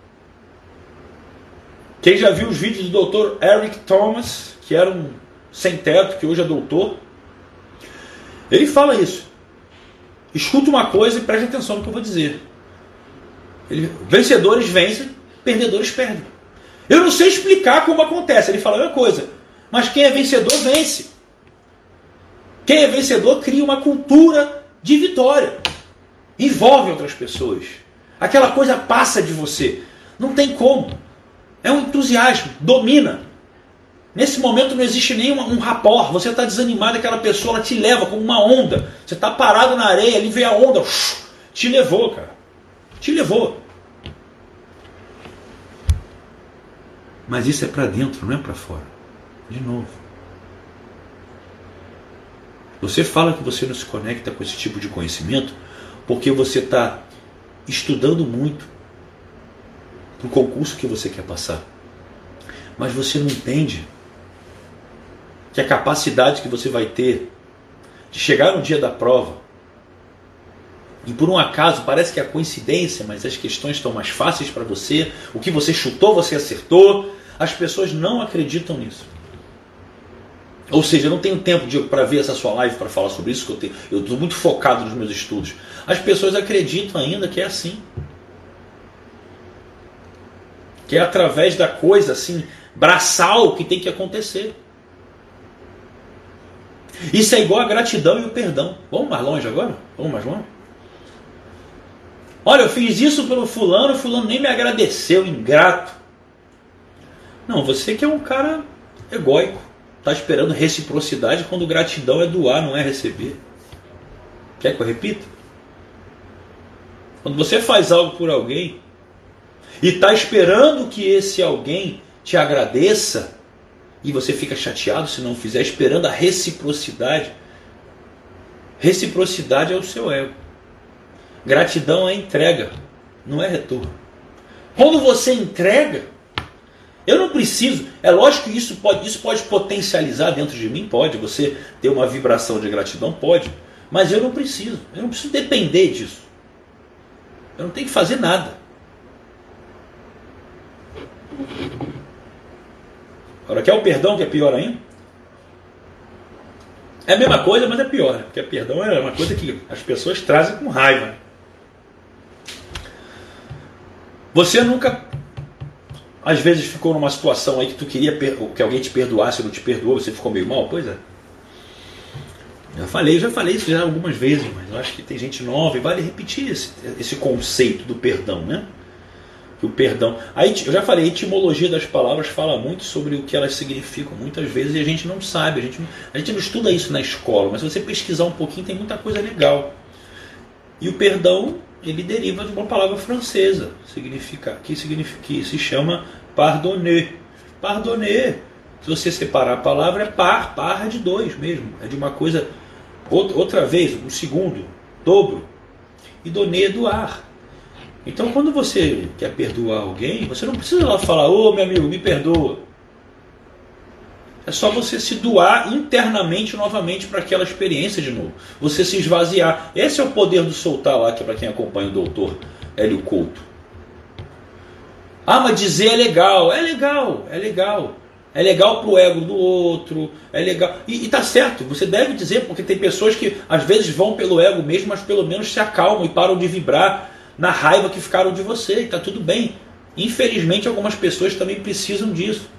Quem já viu os vídeos do Dr. Eric Thomas, que era um sem-teto, que hoje é doutor, ele fala isso. Escuta uma coisa e preste atenção no que eu vou dizer. Vencedores vencem, perdedores perdem. Eu não sei explicar como acontece. Ele fala a mesma coisa. Mas quem é vencedor vence. Quem é vencedor cria uma cultura de vitória. Envolve outras pessoas. Aquela coisa passa de você. Não tem como. É um entusiasmo. Domina. Nesse momento não existe nem um rapport. Você está desanimado, aquela pessoa ela te leva como uma onda. Você está parado na areia, ali vem a onda. Te levou, cara. Te levou. Mas isso é para dentro, não é para fora. De novo. Você fala que você não se conecta com esse tipo de conhecimento porque você está estudando muito para o concurso que você quer passar. Mas você não entende que a capacidade que você vai ter de chegar no dia da prova, e por um acaso parece que é coincidência, mas as questões estão mais fáceis para você, o que você chutou você acertou, as pessoas não acreditam nisso. Ou seja, eu não tenho tempo, Diego, para ver essa sua live, para falar sobre isso, que eu estou muito focado nos meus estudos. As pessoas acreditam ainda que é assim. Que é através da coisa assim, braçal, que tem que acontecer. Isso é igual a gratidão e o perdão. Vamos mais longe agora? Vamos mais longe? Olha, eu fiz isso pelo fulano, o fulano nem me agradeceu, ingrato. Não, você que é um cara egóico. Está esperando reciprocidade quando gratidão é doar, não é receber. Quer que eu repita? Quando você faz algo por alguém e está esperando que esse alguém te agradeça e você fica chateado se não fizer, esperando a reciprocidade. Reciprocidade é o seu ego. Gratidão é entrega, não é retorno. Quando você entrega, eu não preciso, é lógico que isso pode potencializar dentro de mim, pode, você ter uma vibração de gratidão, pode, mas eu não preciso depender disso. Eu não tenho que fazer nada. Agora, quer o perdão, que é pior ainda? É a mesma coisa, mas é pior, né? Porque perdão é uma coisa que as pessoas trazem com raiva. Você nunca... Às vezes ficou numa situação aí que tu queria que alguém te perdoasse, não te perdoou, você ficou meio mal? Pois é. Já falei isso já algumas vezes, mas eu acho que tem gente nova e vale repetir esse conceito do perdão, né? Que o perdão... Aí, eu já falei, a etimologia das palavras fala muito sobre o que elas significam, muitas vezes, e a gente não sabe, a gente não estuda isso na escola, mas se você pesquisar um pouquinho tem muita coisa legal. E o perdão, ele deriva de uma palavra francesa, que se chama pardonner. Pardonner, se você separar a palavra, é par é de dois mesmo, é de uma coisa, outra vez, um segundo, dobro, e donner é doar. Então quando você quer perdoar alguém, você não precisa lá falar, ô meu amigo, me perdoa. É só você se doar internamente novamente para aquela experiência de novo. Você se esvaziar. Esse é o poder do soltar lá, que é para quem acompanha o doutor Hélio Couto. Ah, mas dizer é legal. É legal, é legal. É legal pro ego do outro. É legal. E tá certo, você deve dizer, porque tem pessoas que às vezes vão pelo ego mesmo, mas pelo menos se acalmam e param de vibrar na raiva que ficaram de você. E tá tudo bem. Infelizmente algumas pessoas também precisam disso.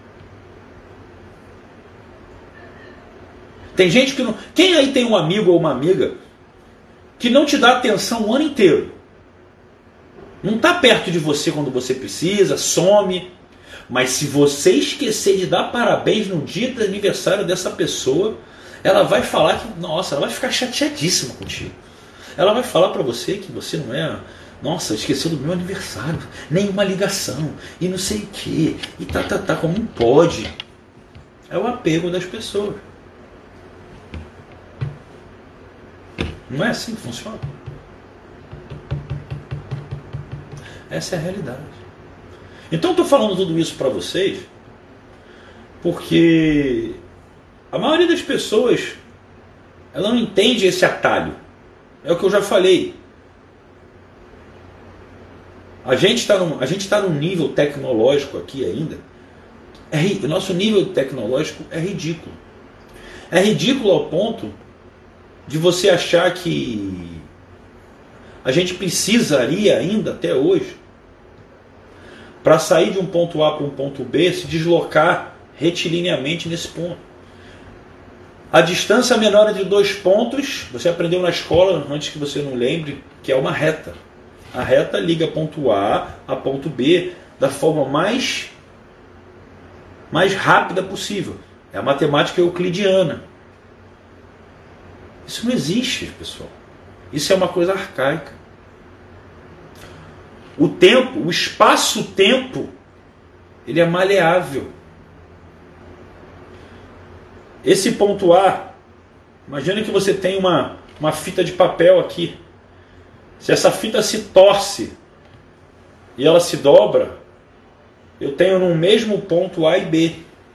Tem gente que não... Quem aí tem um amigo ou uma amiga que não te dá atenção o ano inteiro? Não está perto de você quando você precisa, some. Mas se você esquecer de dar parabéns no dia do aniversário dessa pessoa, ela vai falar que... Nossa, ela vai ficar chateadíssima contigo. Ela vai falar para você que você não é... Nossa, esqueceu do meu aniversário. Nenhuma ligação. E não sei o quê. E como não pode. É o apego das pessoas. Não é assim que funciona? Essa é a realidade. Então eu estou falando tudo isso para vocês porque a maioria das pessoas ela não entende esse atalho. É o que eu já falei. A gente está num nível tecnológico aqui ainda. O nosso nível tecnológico é ridículo. É ridículo ao ponto de você achar que a gente precisaria ainda, até hoje, para sair de um ponto A para um ponto B, se deslocar retilinamente nesse ponto. A distância menor entre dois pontos, você aprendeu na escola, antes que você não lembre, que é uma reta. A reta liga ponto A a ponto B da forma mais rápida possível. É a matemática euclidiana. Isso não existe, pessoal. Isso é uma coisa arcaica. O tempo, o espaço-tempo, ele é maleável. Esse ponto A, imagina que você tem uma fita de papel aqui. Se essa fita se torce e ela se dobra, eu tenho no mesmo ponto A e B.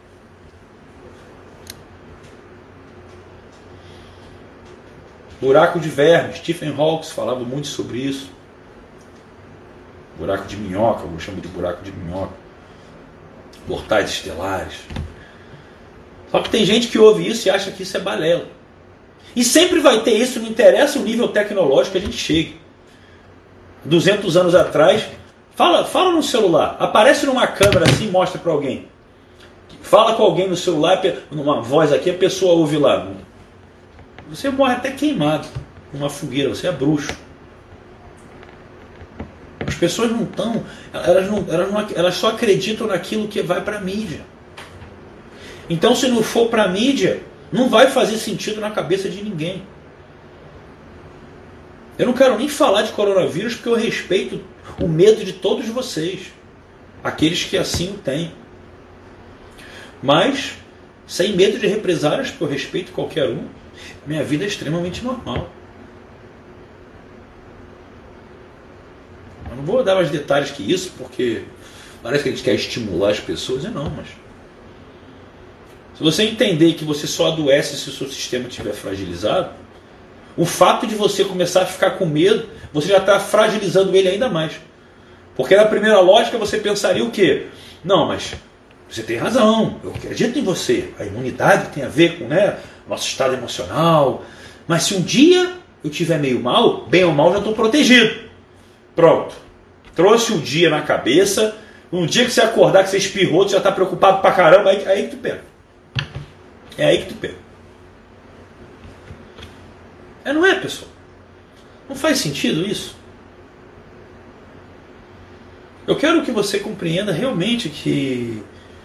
Buraco de verme, Stephen Hawking falava muito sobre isso. Buraco de minhoca, eu chamo de buraco de minhoca. Portais estelares. Só que tem gente que ouve isso e acha que isso é balela. E sempre vai ter isso, não interessa o nível tecnológico que a gente chegue. 200 anos atrás, fala no celular, aparece numa câmera assim e mostra para alguém. Fala com alguém no celular, numa voz aqui, a pessoa ouve lá. Você morre até queimado numa fogueira, você é bruxo. As pessoas não estão, elas só acreditam naquilo que vai para a mídia. Então, se não for para a mídia, não vai fazer sentido na cabeça de ninguém. Eu não quero nem falar de coronavírus, porque eu respeito o medo de todos vocês, aqueles que assim o têm. Mas, sem medo de represálias, porque eu respeito qualquer um, minha vida é extremamente normal. Eu não vou dar mais detalhes que isso, porque parece que a gente quer estimular as pessoas, não, mas se você entender que você só adoece se o seu sistema estiver fragilizado, o fato de você começar a ficar com medo, você já está fragilizando ele ainda mais. Porque na primeira lógica você pensaria o quê? Não, mas você tem razão, eu acredito em você. A imunidade tem a ver com, né, nosso estado emocional. Mas se um dia eu estiver meio mal, bem ou mal já estou protegido. Pronto. Trouxe o dia na cabeça. Um dia que você acordar, que você espirrou, você já está preocupado pra caramba, aí que tu pega. É aí que tu pega. Não é, pessoal? Não faz sentido isso? Eu quero que você compreenda realmente que...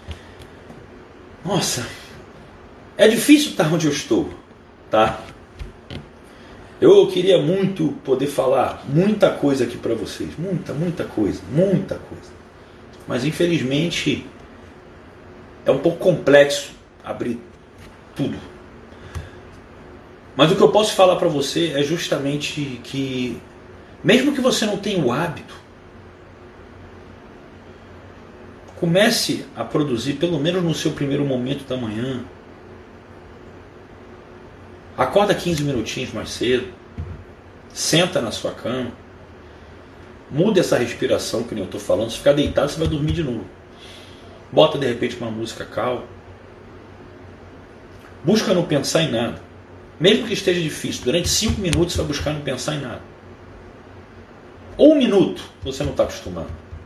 Nossa, é difícil estar onde eu estou, tá? Eu queria muito poder falar muita coisa aqui para vocês. Muita coisa. Mas infelizmente é um pouco complexo abrir tudo. Mas o que eu posso falar para você é justamente que, mesmo que você não tenha o hábito, comece a produzir, pelo menos no seu primeiro momento da manhã. Acorda 15 minutinhos mais cedo. Senta na sua cama. Muda essa respiração que nem eu estou falando. Se ficar deitado, você vai dormir de novo. Bota de repente uma música calma. Busca não pensar em nada. Mesmo que esteja difícil, durante 5 minutos você vai buscar não pensar em nada. Ou 1 minuto, se você não está acostumado.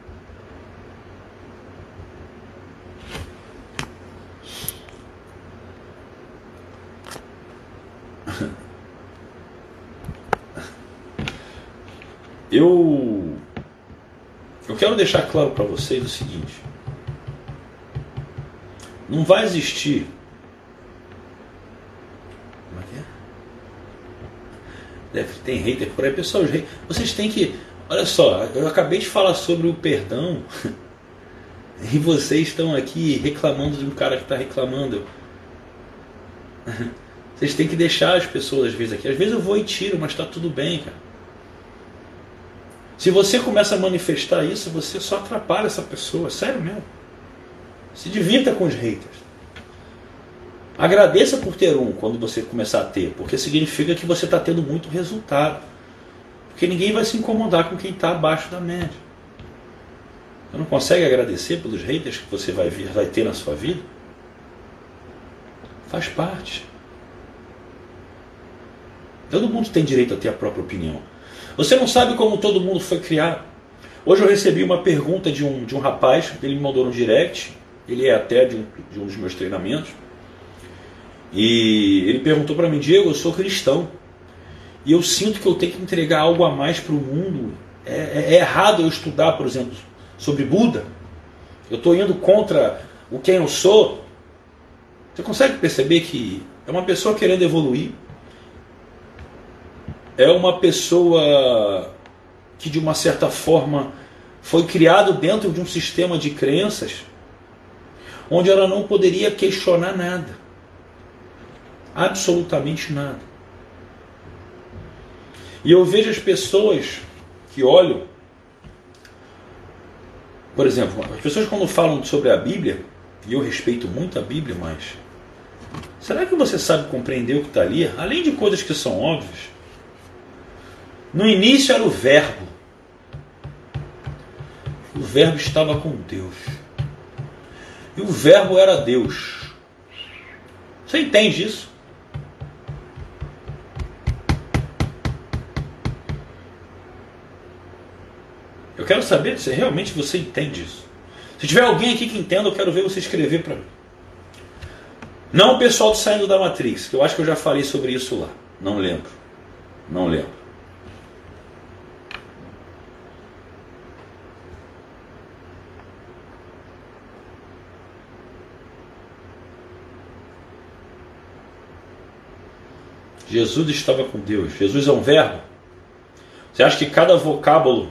Eu quero deixar claro para vocês o seguinte: não vai existir. Como é que é? Tem hater por aí, pessoal. Vocês têm que. Olha só, eu acabei de falar sobre o perdão e vocês estão aqui reclamando de um cara que está reclamando. Vocês têm que deixar as pessoas às vezes aqui. Às vezes eu vou e tiro, mas está tudo bem, cara. Se você começa a manifestar isso, você só atrapalha essa pessoa. Sério mesmo. Se divirta com os haters. Agradeça por ter um quando você começar a ter, porque significa que você está tendo muito resultado. Porque ninguém vai se incomodar com quem está abaixo da média. Você não consegue agradecer pelos haters que você vai ter na sua vida? Faz parte. Todo mundo tem direito a ter a própria opinião. Você não sabe como todo mundo foi criado. Hoje eu recebi uma pergunta de um rapaz, ele me mandou no direct, ele é até de um dos meus treinamentos, e ele perguntou para mim: Diego, eu sou cristão, e eu sinto que eu tenho que entregar algo a mais para o mundo. É errado eu estudar, por exemplo, sobre Buda? Eu estou indo contra o quem eu sou? Você consegue perceber que é uma pessoa querendo evoluir? É uma pessoa que de uma certa forma foi criado dentro de um sistema de crenças onde ela não poderia questionar nada. Absolutamente nada. E eu vejo as pessoas que olham, por exemplo, as pessoas quando falam sobre a Bíblia, e eu respeito muito a Bíblia, mas será que você sabe compreender o que está ali? Além de coisas que são óbvias, no início era o Verbo. O Verbo estava com Deus. E o Verbo era Deus. Você entende isso? Eu quero saber se realmente você entende isso. Se tiver alguém aqui que entenda, eu quero ver você escrever para mim. Não o pessoal do Saindo da Matrix, que eu acho que eu já falei sobre isso lá. Não lembro. Não lembro. Jesus estava com Deus. Jesus é um verbo. Você acha que cada vocábulo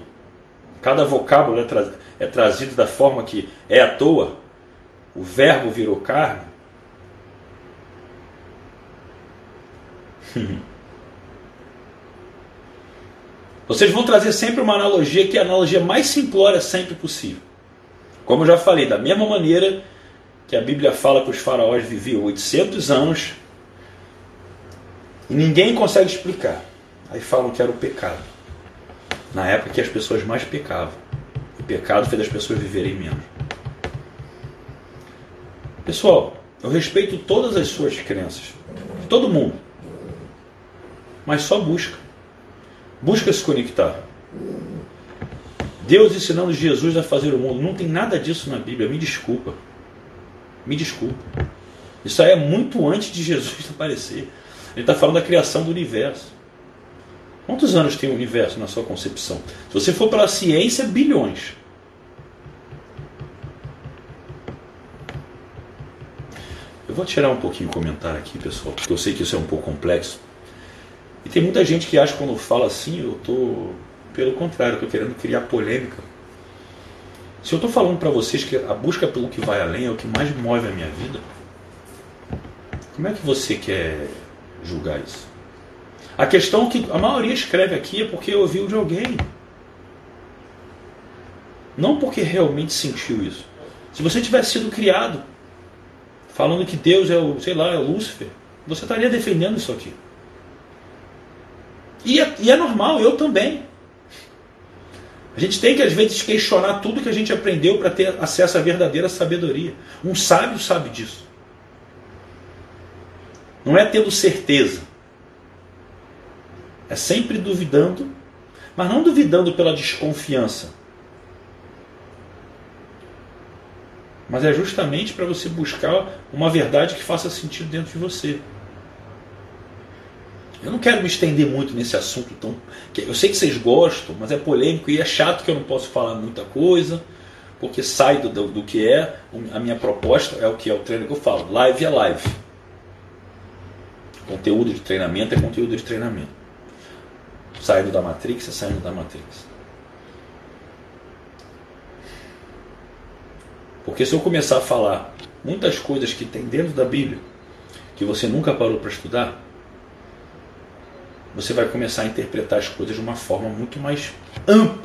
é trazido da forma que é à toa? O verbo virou carne? Vocês vão trazer sempre uma analogia que é a analogia mais simplória sempre possível. Como eu já falei, da mesma maneira que a Bíblia fala que os faraós viviam 800 anos e ninguém consegue explicar. Aí falam que era o pecado. Na época que as pessoas mais pecavam. O pecado fez as pessoas viverem menos. Pessoal, eu respeito todas as suas crenças. Todo mundo. Mas só busca. Busca se conectar. Deus ensinando Jesus a fazer o mundo. Não tem nada disso na Bíblia. Me desculpa. Me desculpa. Isso aí é muito antes de Jesus aparecer. Ele está falando da criação do universo. Quantos anos tem o universo na sua concepção? Se você for pela ciência, bilhões. Eu vou tirar um pouquinho o comentário aqui, pessoal, porque eu sei que isso é um pouco complexo. E tem muita gente que acha que quando eu falo assim, eu estou, pelo contrário, eu estou querendo criar polêmica. Se eu estou falando para vocês que a busca pelo que vai além é o que mais move a minha vida, como é que você quer julgar isso? A questão que a maioria escreve aqui é porque ouviu de alguém. Não porque realmente sentiu isso. Se você tivesse sido criado falando que Deus é o, sei lá, é o Lúcifer, você estaria defendendo isso aqui. E é normal, eu também. A gente tem que às vezes questionar tudo que a gente aprendeu para ter acesso à verdadeira sabedoria. Um sábio sabe disso. Não é tendo certeza. É sempre duvidando, mas não duvidando pela desconfiança. Mas é justamente para você buscar uma verdade que faça sentido dentro de você. Eu não quero me estender muito nesse assunto tão... Eu sei que vocês gostam, mas é polêmico e é chato que eu não posso falar muita coisa, porque sai do que é. A minha proposta é o que é o treino que eu falo. Live é live. Conteúdo de treinamento é conteúdo de treinamento. Saindo da Matrix é saindo da Matrix. Porque se eu começar a falar muitas coisas que tem dentro da Bíblia, que você nunca parou para estudar, você vai começar a interpretar as coisas de uma forma muito mais ampla.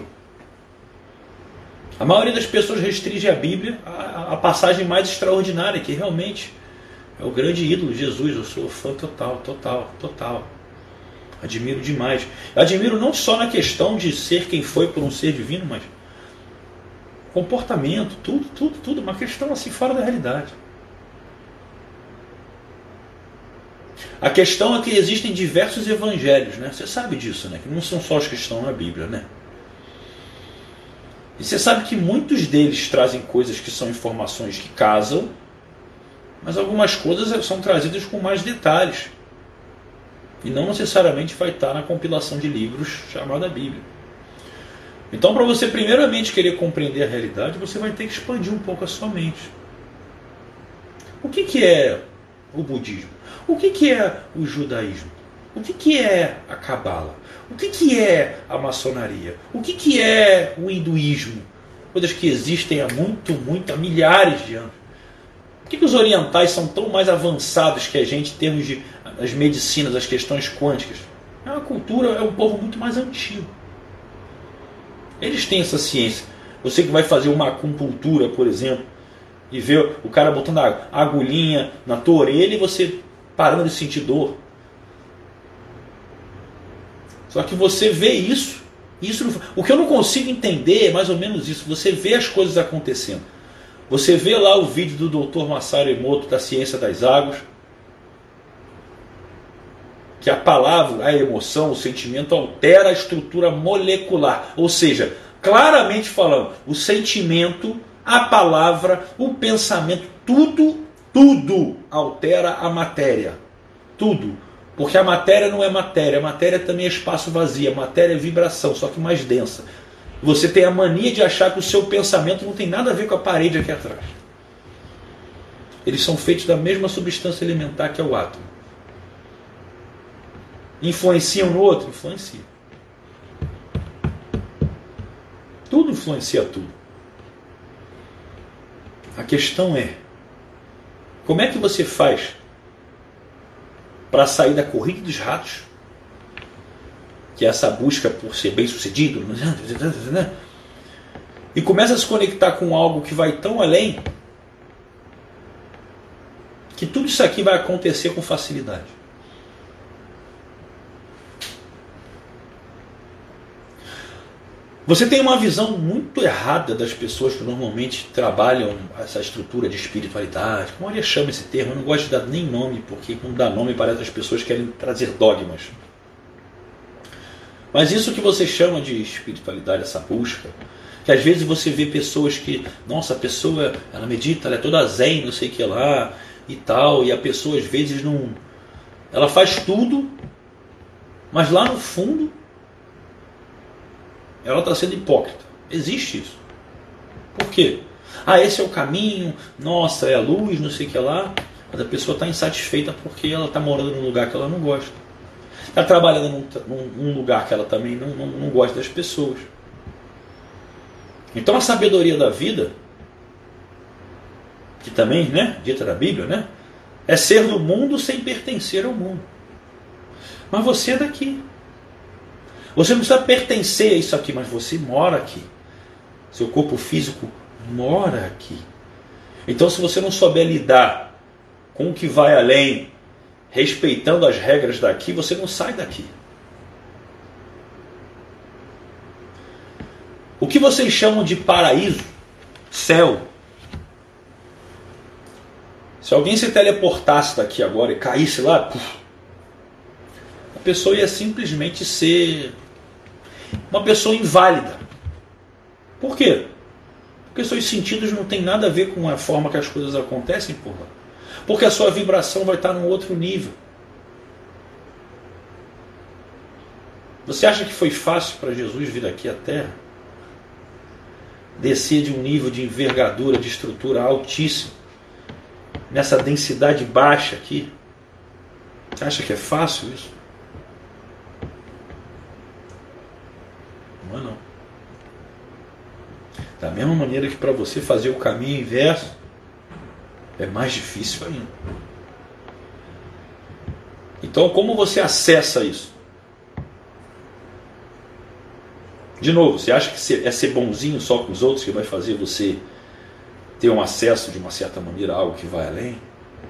A maioria das pessoas restringe a Bíblia à passagem mais extraordinária, que realmente é o grande ídolo, Jesus. Eu sou fã total. Admiro demais. Admiro não só na questão de ser quem foi por um ser divino, mas comportamento, tudo. Uma questão assim fora da realidade. A questão é que existem diversos evangelhos, né? Você sabe disso, né? Que não são só os que estão na Bíblia, né? E você sabe que muitos deles trazem coisas que são informações que casam, mas algumas coisas são trazidas com mais detalhes. E não necessariamente vai estar na compilação de livros chamada Bíblia. Então, para você primeiramente querer compreender a realidade, você vai ter que expandir um pouco a sua mente. O que é o budismo? O que é o judaísmo? O que é a cabala? O que é a maçonaria? O que é o hinduísmo? Coisas que existem há há milhares de anos. Por que os orientais são tão mais avançados que a gente em termos de as medicinas, as questões quânticas? É uma cultura, é um povo muito mais antigo. Eles têm essa ciência. Você que vai fazer uma acupuntura, por exemplo, e ver o cara botando a agulhinha na tua orelha e você parando de sentir dor. Só que você vê isso o que eu não consigo entender é mais ou menos isso. Você vê as coisas acontecendo. Você vê lá o vídeo do Dr. Masaru Emoto da ciência das águas. que a palavra, a emoção, o sentimento altera a estrutura molecular. Ou seja, claramente falando, o sentimento, a palavra, o pensamento, tudo altera a matéria. Tudo. Porque a matéria não é matéria, a matéria também é espaço vazio, a matéria é vibração, só que mais densa. Você tem a mania de achar que o seu pensamento não tem nada a ver com a parede aqui atrás. Eles são feitos da mesma substância elementar que é o átomo. Influenciam no outro? Influenciam. Tudo influencia tudo. A questão é, como é que você faz para sair da corrida dos ratos, que é essa busca por ser bem sucedido, e começa a se conectar com algo que vai tão além, que tudo isso aqui vai acontecer com facilidade. Você tem uma visão muito errada das pessoas que normalmente trabalham essa estrutura de espiritualidade. Como eu chamo esse termo, eu não gosto de dar nem nome, porque quando dá nome parece que as pessoas querem trazer dogmas. Mas isso que você chama de espiritualidade, essa busca, que às vezes você vê pessoas que, nossa, a pessoa, ela medita, ela é toda zen, não sei o que lá, e tal, e a pessoa às vezes não... Ela faz tudo, mas lá no fundo ela está sendo hipócrita. Existe isso. Por quê? Ah, esse é o caminho, nossa, é a luz, não sei o que lá. Mas a pessoa está insatisfeita porque ela está morando num lugar que ela não gosta. Está trabalhando num lugar que ela também não gosta das pessoas. Então a sabedoria da vida, que também, né, dita na Bíblia, né, é ser do mundo sem pertencer ao mundo. Mas você é daqui. Você não precisa pertencer a isso aqui, mas você mora aqui. Seu corpo físico mora aqui. Então, se você não souber lidar com o que vai além, respeitando as regras daqui, você não sai daqui. O que vocês chamam de paraíso, céu, se alguém se teleportasse daqui agora e caísse lá, a pessoa ia simplesmente ser uma pessoa inválida. Por quê? Porque seus sentidos não têm nada a ver com a forma que as coisas acontecem por lá. Porque a sua vibração vai estar num outro nível. Você acha que foi fácil para Jesus vir aqui à Terra? Descer de um nível de envergadura, de estrutura altíssimo, nessa densidade baixa aqui? Você acha que é fácil isso? Não é não. Da mesma maneira que para você fazer o caminho inverso é mais difícil ainda. Então, como você acessa isso? De novo, você acha que é ser bonzinho só com os outros que vai fazer você ter um acesso de uma certa maneira a algo que vai além?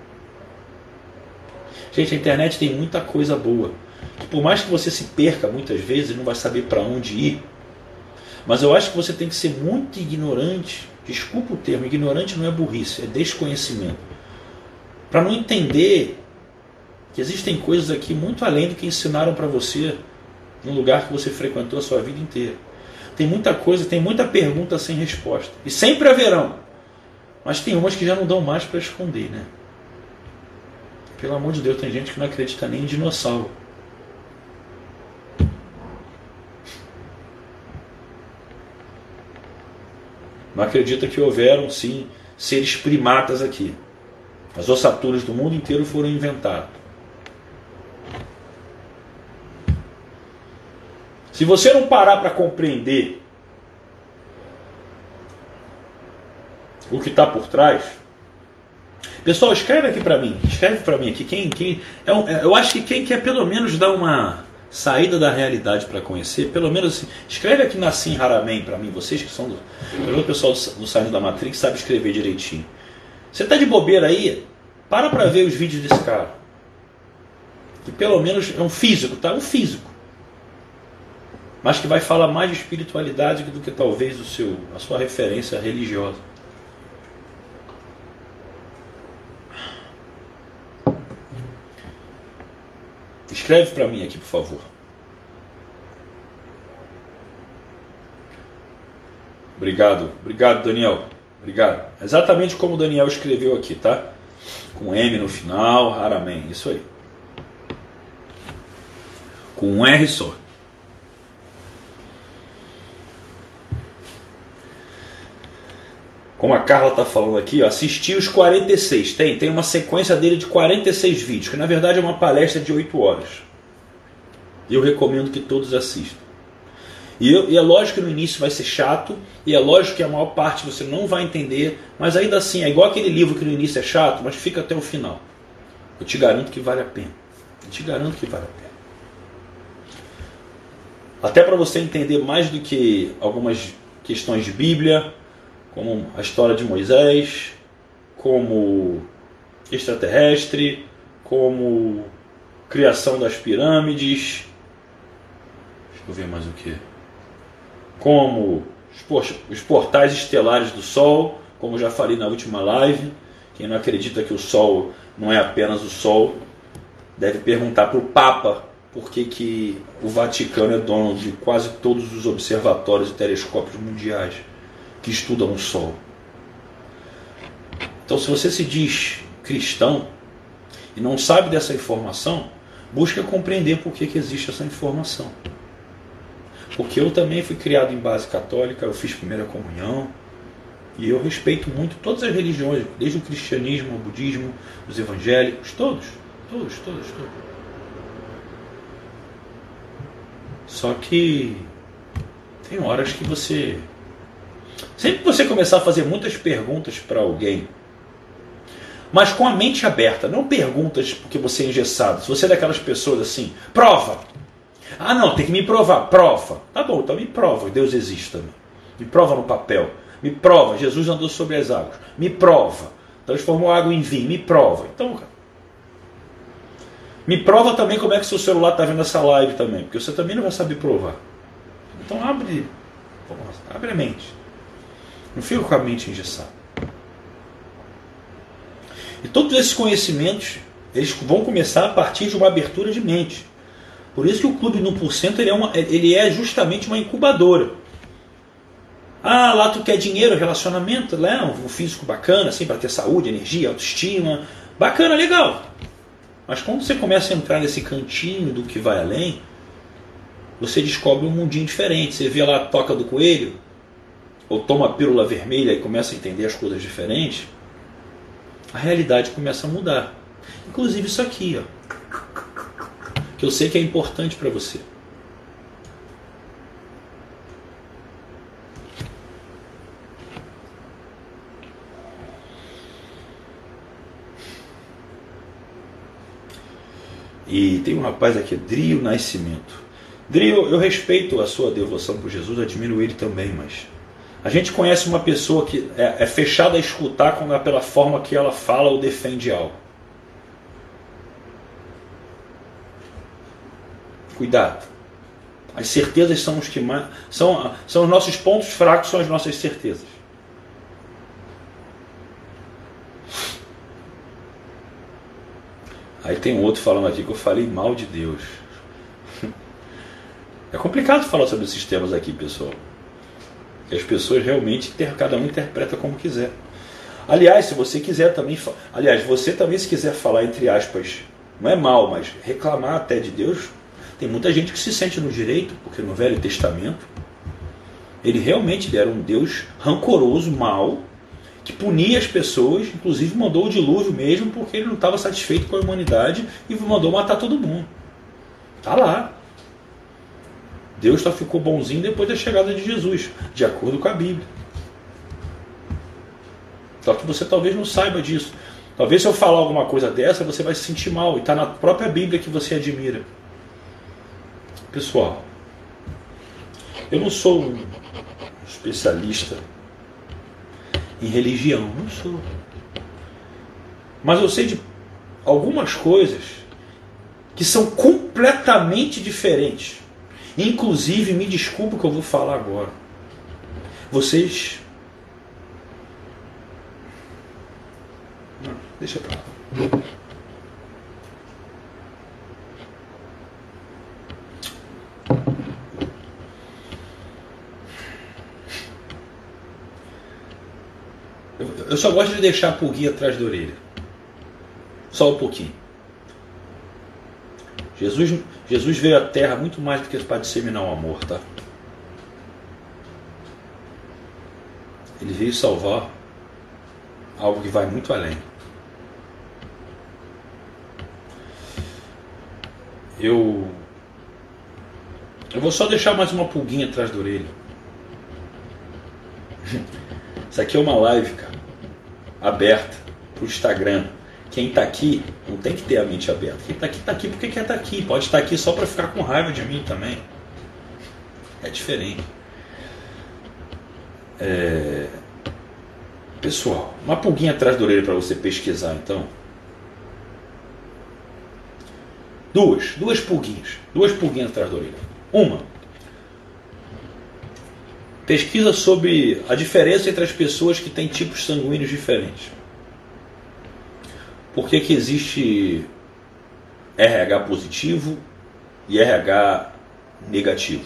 Gente, a internet tem muita coisa boa. Que por mais que você se perca muitas vezes, não vai saber para onde ir. Mas eu acho que você tem que ser muito ignorante. Desculpa o termo, ignorante não é burrice, é desconhecimento. Para não entender que existem coisas aqui muito além do que ensinaram para você no lugar que você frequentou a sua vida inteira. Tem muita coisa, tem muita pergunta sem resposta. E sempre haverão. Mas tem umas que já não dão mais para esconder, né? Pelo amor de Deus, tem gente que não acredita nem em dinossauro. Não acredita que houveram, sim, seres primatas aqui. As ossaturas do mundo inteiro foram inventadas. Se você não parar para compreender o que está por trás... Pessoal, escreve aqui para mim. Escreve para mim aqui. Eu acho que quem quer pelo menos dar uma saída da realidade para conhecer, pelo menos assim, escreve aqui na Sim Haramen para mim, vocês que são o pessoal do Saindo da Matrix sabe escrever direitinho. Você tá de bobeira aí? Para ver os vídeos desse cara. Que pelo menos é um físico, tá? Um físico. Mas que vai falar mais de espiritualidade do que talvez a sua referência religiosa. Escreve para mim aqui, por favor. Obrigado, Daniel. Obrigado. Exatamente como o Daniel escreveu aqui, tá? Com M no final, amém. Isso aí. Com um R só. Como a Carla está falando aqui, ó, assisti os 46. Tem uma sequência dele de 46 vídeos, que na verdade é uma palestra de 8 horas. E eu recomendo que todos assistam. E é lógico que no início vai ser chato, e é lógico que a maior parte você não vai entender, mas ainda assim, é igual aquele livro que no início é chato, mas fica até o final. Eu te garanto que vale a pena. Eu te garanto que vale a pena. Até para você entender mais do que algumas questões de Bíblia, como a história de Moisés, como extraterrestre, como criação das pirâmides, deixa eu ver mais o que, como os portais estelares do Sol, como já falei na última live. Quem não acredita que o Sol não é apenas o Sol, deve perguntar para o Papa por que o Vaticano é dono de quase todos os observatórios e telescópios mundiais que estudam o Sol. Então, se você se diz cristão e não sabe dessa informação, busque compreender por que existe essa informação. Porque eu também fui criado em base católica, eu fiz primeira comunhão, e eu respeito muito todas as religiões, desde o cristianismo, o budismo, os evangélicos, todos. Só que tem horas que você... Sempre que você começar a fazer muitas perguntas para alguém, mas com a mente aberta, não perguntas porque você é engessado. Se você é daquelas pessoas assim, prova! Ah não, tem que me provar, prova. Tá bom, então me prova, Deus existe também. Me prova no papel. Me prova, Jesus andou sobre as águas. Me prova, transformou água em vinho. Me prova. Então, cara, me prova também como é que seu celular está vendo essa live também, porque você também não vai saber provar. Então abre a mente. Não fica com a mente engessada. E todos esses conhecimentos, eles vão começar a partir de uma abertura de mente. Por isso que o Clube no 1% ele é justamente uma incubadora. Ah, lá tu quer dinheiro, relacionamento, né? Um físico bacana, assim, para ter saúde, energia, autoestima. Bacana, legal. Mas quando você começa a entrar nesse cantinho do que vai além, você descobre um mundinho diferente. Você vê lá a toca do coelho, ou toma a pílula vermelha e começa a entender as coisas diferentes, a realidade começa a mudar. Inclusive isso aqui, ó, que eu sei que é importante para você. E tem um rapaz aqui, Drio Nascimento. Drio, eu respeito a sua devoção por Jesus, admiro ele também, mas a gente conhece uma pessoa que é fechada a escutar quando é pela forma que ela fala ou defende algo. Cuidado. As certezas são os que mais. São os nossos pontos fracos, são as nossas certezas. Aí tem um outro falando aqui que eu falei mal de Deus. É complicado falar sobre esses temas aqui, pessoal. E as pessoas realmente, cada um interpreta como quiser. Aliás, se você quiser também. Aliás, você também, se quiser falar, entre aspas, não é mal, mas reclamar até de Deus. Tem muita gente que se sente no direito, porque no Velho Testamento ele realmente era um Deus rancoroso, mau, que punia as pessoas, inclusive mandou o dilúvio mesmo, porque ele não estava satisfeito com a humanidade e mandou matar todo mundo. Está lá. Deus só ficou bonzinho depois da chegada de Jesus, de acordo com a Bíblia. Só que você talvez não saiba disso. Talvez se eu falar alguma coisa dessa, você vai se sentir mal, e está na própria Bíblia que você admira. Pessoal, eu não sou um especialista em religião, não sou. Mas eu sei de algumas coisas que são completamente diferentes. Inclusive, me desculpe o que eu vou falar agora. Vocês... Não, deixa pra lá. Eu só gosto de deixar a pulguinha atrás da orelha. Só um pouquinho. Jesus veio à Terra muito mais do que para disseminar o amor, tá? Ele veio salvar algo que vai muito além. Eu vou só deixar mais uma pulguinha atrás da orelha. Isso aqui é uma live, cara, aberta pro Instagram. Quem tá aqui não tem que ter a mente aberta. Quem tá aqui porque quer estar aqui. Pode estar aqui só para ficar com raiva de mim também. É diferente. Pessoal, uma pulguinha atrás da orelha para você pesquisar, então. Duas pulguinhas atrás da orelha. Uma, pesquisa sobre a diferença entre as pessoas que têm tipos sanguíneos diferentes. Por que existe RH positivo e RH negativo?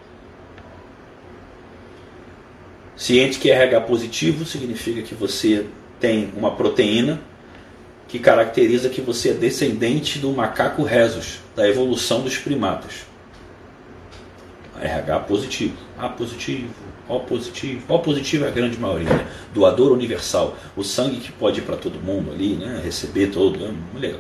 Ciente que RH positivo significa que você tem uma proteína que caracteriza que você é descendente do macaco rhesus, da evolução dos primatas. RH positivo, A positivo, O positivo. O positivo é a grande maioria, né? Doador universal, o sangue que pode ir para todo mundo ali, né? Receber todo, né? Muito legal.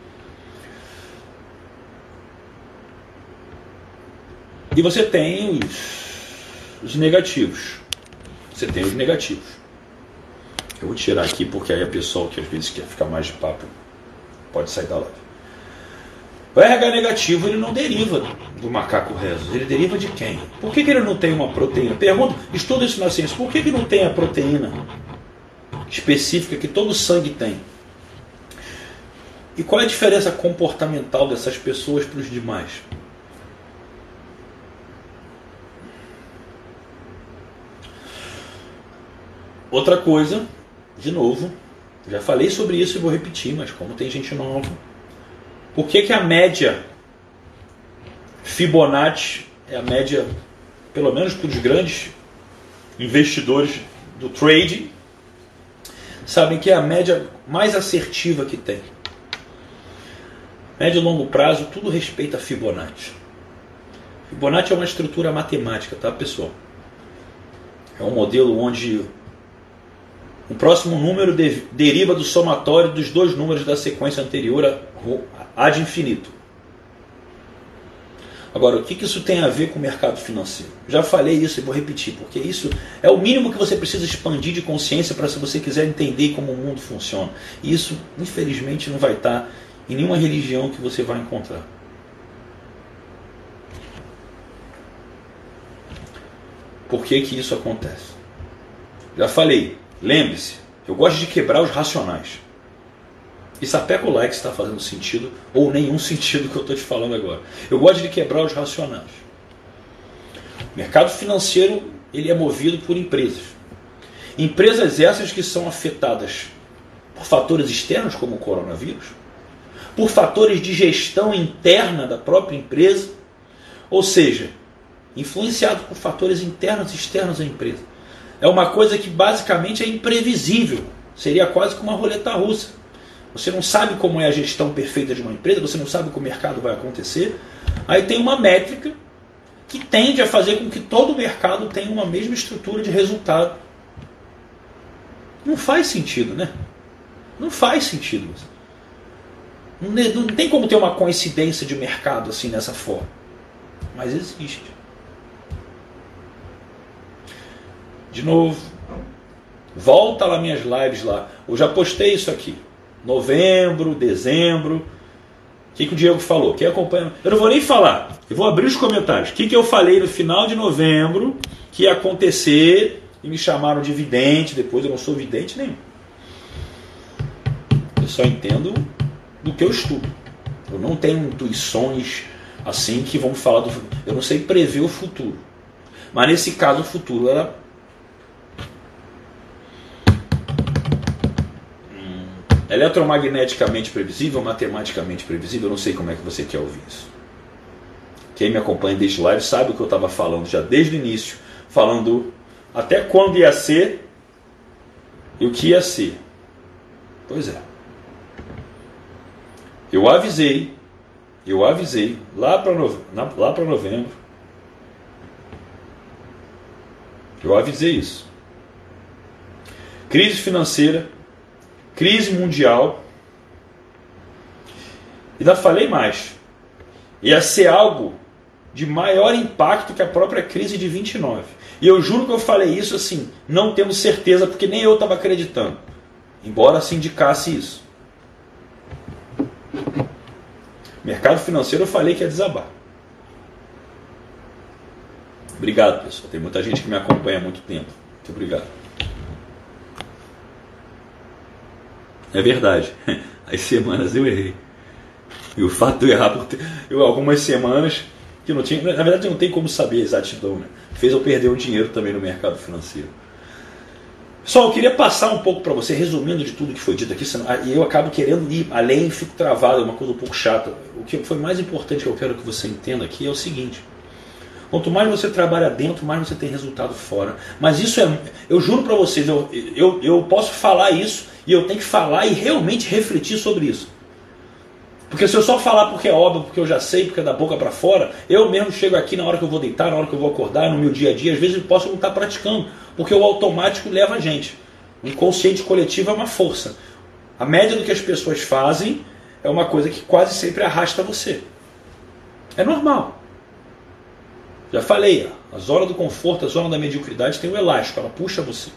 E você tem os negativos. Você tem os negativos. Eu vou tirar aqui porque aí a pessoa que às vezes quer ficar mais de papo pode sair da live. O RH negativo ele não deriva do macaco rhesus, ele deriva de quem? Por que ele não tem uma proteína? Pergunta, estuda isso na ciência, por que não tem a proteína específica que todo sangue tem? E qual é a diferença comportamental dessas pessoas para os demais? Outra coisa, de novo, já falei sobre isso e vou repetir, mas como tem gente nova, por que a média Fibonacci é a média, pelo menos para os grandes investidores do trading, sabem que é a média mais assertiva que tem. Médio e longo prazo, tudo respeita a Fibonacci. Fibonacci é uma estrutura matemática, tá, pessoal? É um modelo onde o próximo número deriva do somatório dos dois números da sequência anterior ad infinito. Agora, o que isso tem a ver com o mercado financeiro? Já falei isso e vou repetir, porque isso é o mínimo que você precisa expandir de consciência para se você quiser entender como o mundo funciona. E isso, infelizmente, não vai estar em nenhuma religião que você vai encontrar. Por que isso acontece? Já falei. Lembre-se, eu gosto de quebrar os racionais. E sapeca o like se está fazendo sentido ou nenhum sentido que eu estou te falando agora. Eu gosto de quebrar os racionais. O mercado financeiro ele é movido por empresas. Empresas essas que são afetadas por fatores externos como o coronavírus, por fatores de gestão interna da própria empresa, ou seja, influenciado por fatores internos e externos à empresa. É uma coisa que basicamente é imprevisível. Seria quase como uma roleta russa. Você não sabe como é a gestão perfeita de uma empresa, você não sabe como o mercado vai acontecer. Aí tem uma métrica que tende a fazer com que todo o mercado tenha uma mesma estrutura de resultado. Não faz sentido, né? Não faz sentido. Não tem como ter uma coincidência de mercado assim dessa forma. Mas existe. De novo, volta lá minhas lives lá. Eu já postei isso aqui. Novembro, dezembro. O que o Diego falou? Quem acompanha? Eu não vou nem falar. Eu vou abrir os comentários. O que eu falei no final de novembro que ia acontecer e me chamaram de vidente. Depois eu não sou vidente nenhum. Eu só entendo do que eu estudo. Eu não tenho intuições assim que vão falar do futuro. Eu não sei prever o futuro. Mas nesse caso o futuro era eletromagneticamente previsível, matematicamente previsível. Eu não sei como é que você quer ouvir isso. Quem me acompanha desde live sabe o que eu estava falando já desde o início, falando até quando ia ser E o que ia ser? Pois é. Eu avisei lá para novembro. Eu avisei isso. Crise financeira, crise mundial. E ainda falei mais. Ia ser algo de maior impacto que a própria crise de 29. E eu juro que eu falei isso assim, não tendo certeza, porque nem eu estava acreditando. Embora se indicasse isso. Mercado financeiro eu falei que ia desabar. Obrigado, pessoal. Tem muita gente que me acompanha há muito tempo. Muito obrigado. É verdade. As semanas eu errei. E o fato de eu errar por algumas semanas que não tinha. Na verdade, não tem como saber a exatidão, né? Fez eu perder o dinheiro também no mercado financeiro. Só eu queria passar um pouco para você, resumindo de tudo que foi dito aqui, e eu acabo querendo ir além e fico travado, é uma coisa um pouco chata. O que foi mais importante que eu quero que você entenda aqui é o seguinte: quanto mais você trabalha dentro, mais você tem resultado fora. Mas isso é, eu juro para vocês, eu posso falar isso e eu tenho que falar e realmente refletir sobre isso. Porque se eu só falar porque é óbvio, porque eu já sei, porque é da boca para fora, eu mesmo chego aqui na hora que eu vou deitar, na hora que eu vou acordar, no meu dia a dia, às vezes eu posso não estar praticando, porque o automático leva a gente. O inconsciente coletivo é uma força. A média do que as pessoas fazem é uma coisa que quase sempre arrasta você. É normal. Já falei, a zona do conforto, a zona da mediocridade tem um elástico, ela puxa você.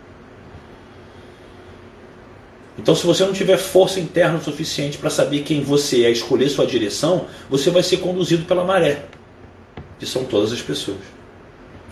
Então, se você não tiver força interna o suficiente para saber quem você é, escolher sua direção, você vai ser conduzido pela maré, que são todas as pessoas.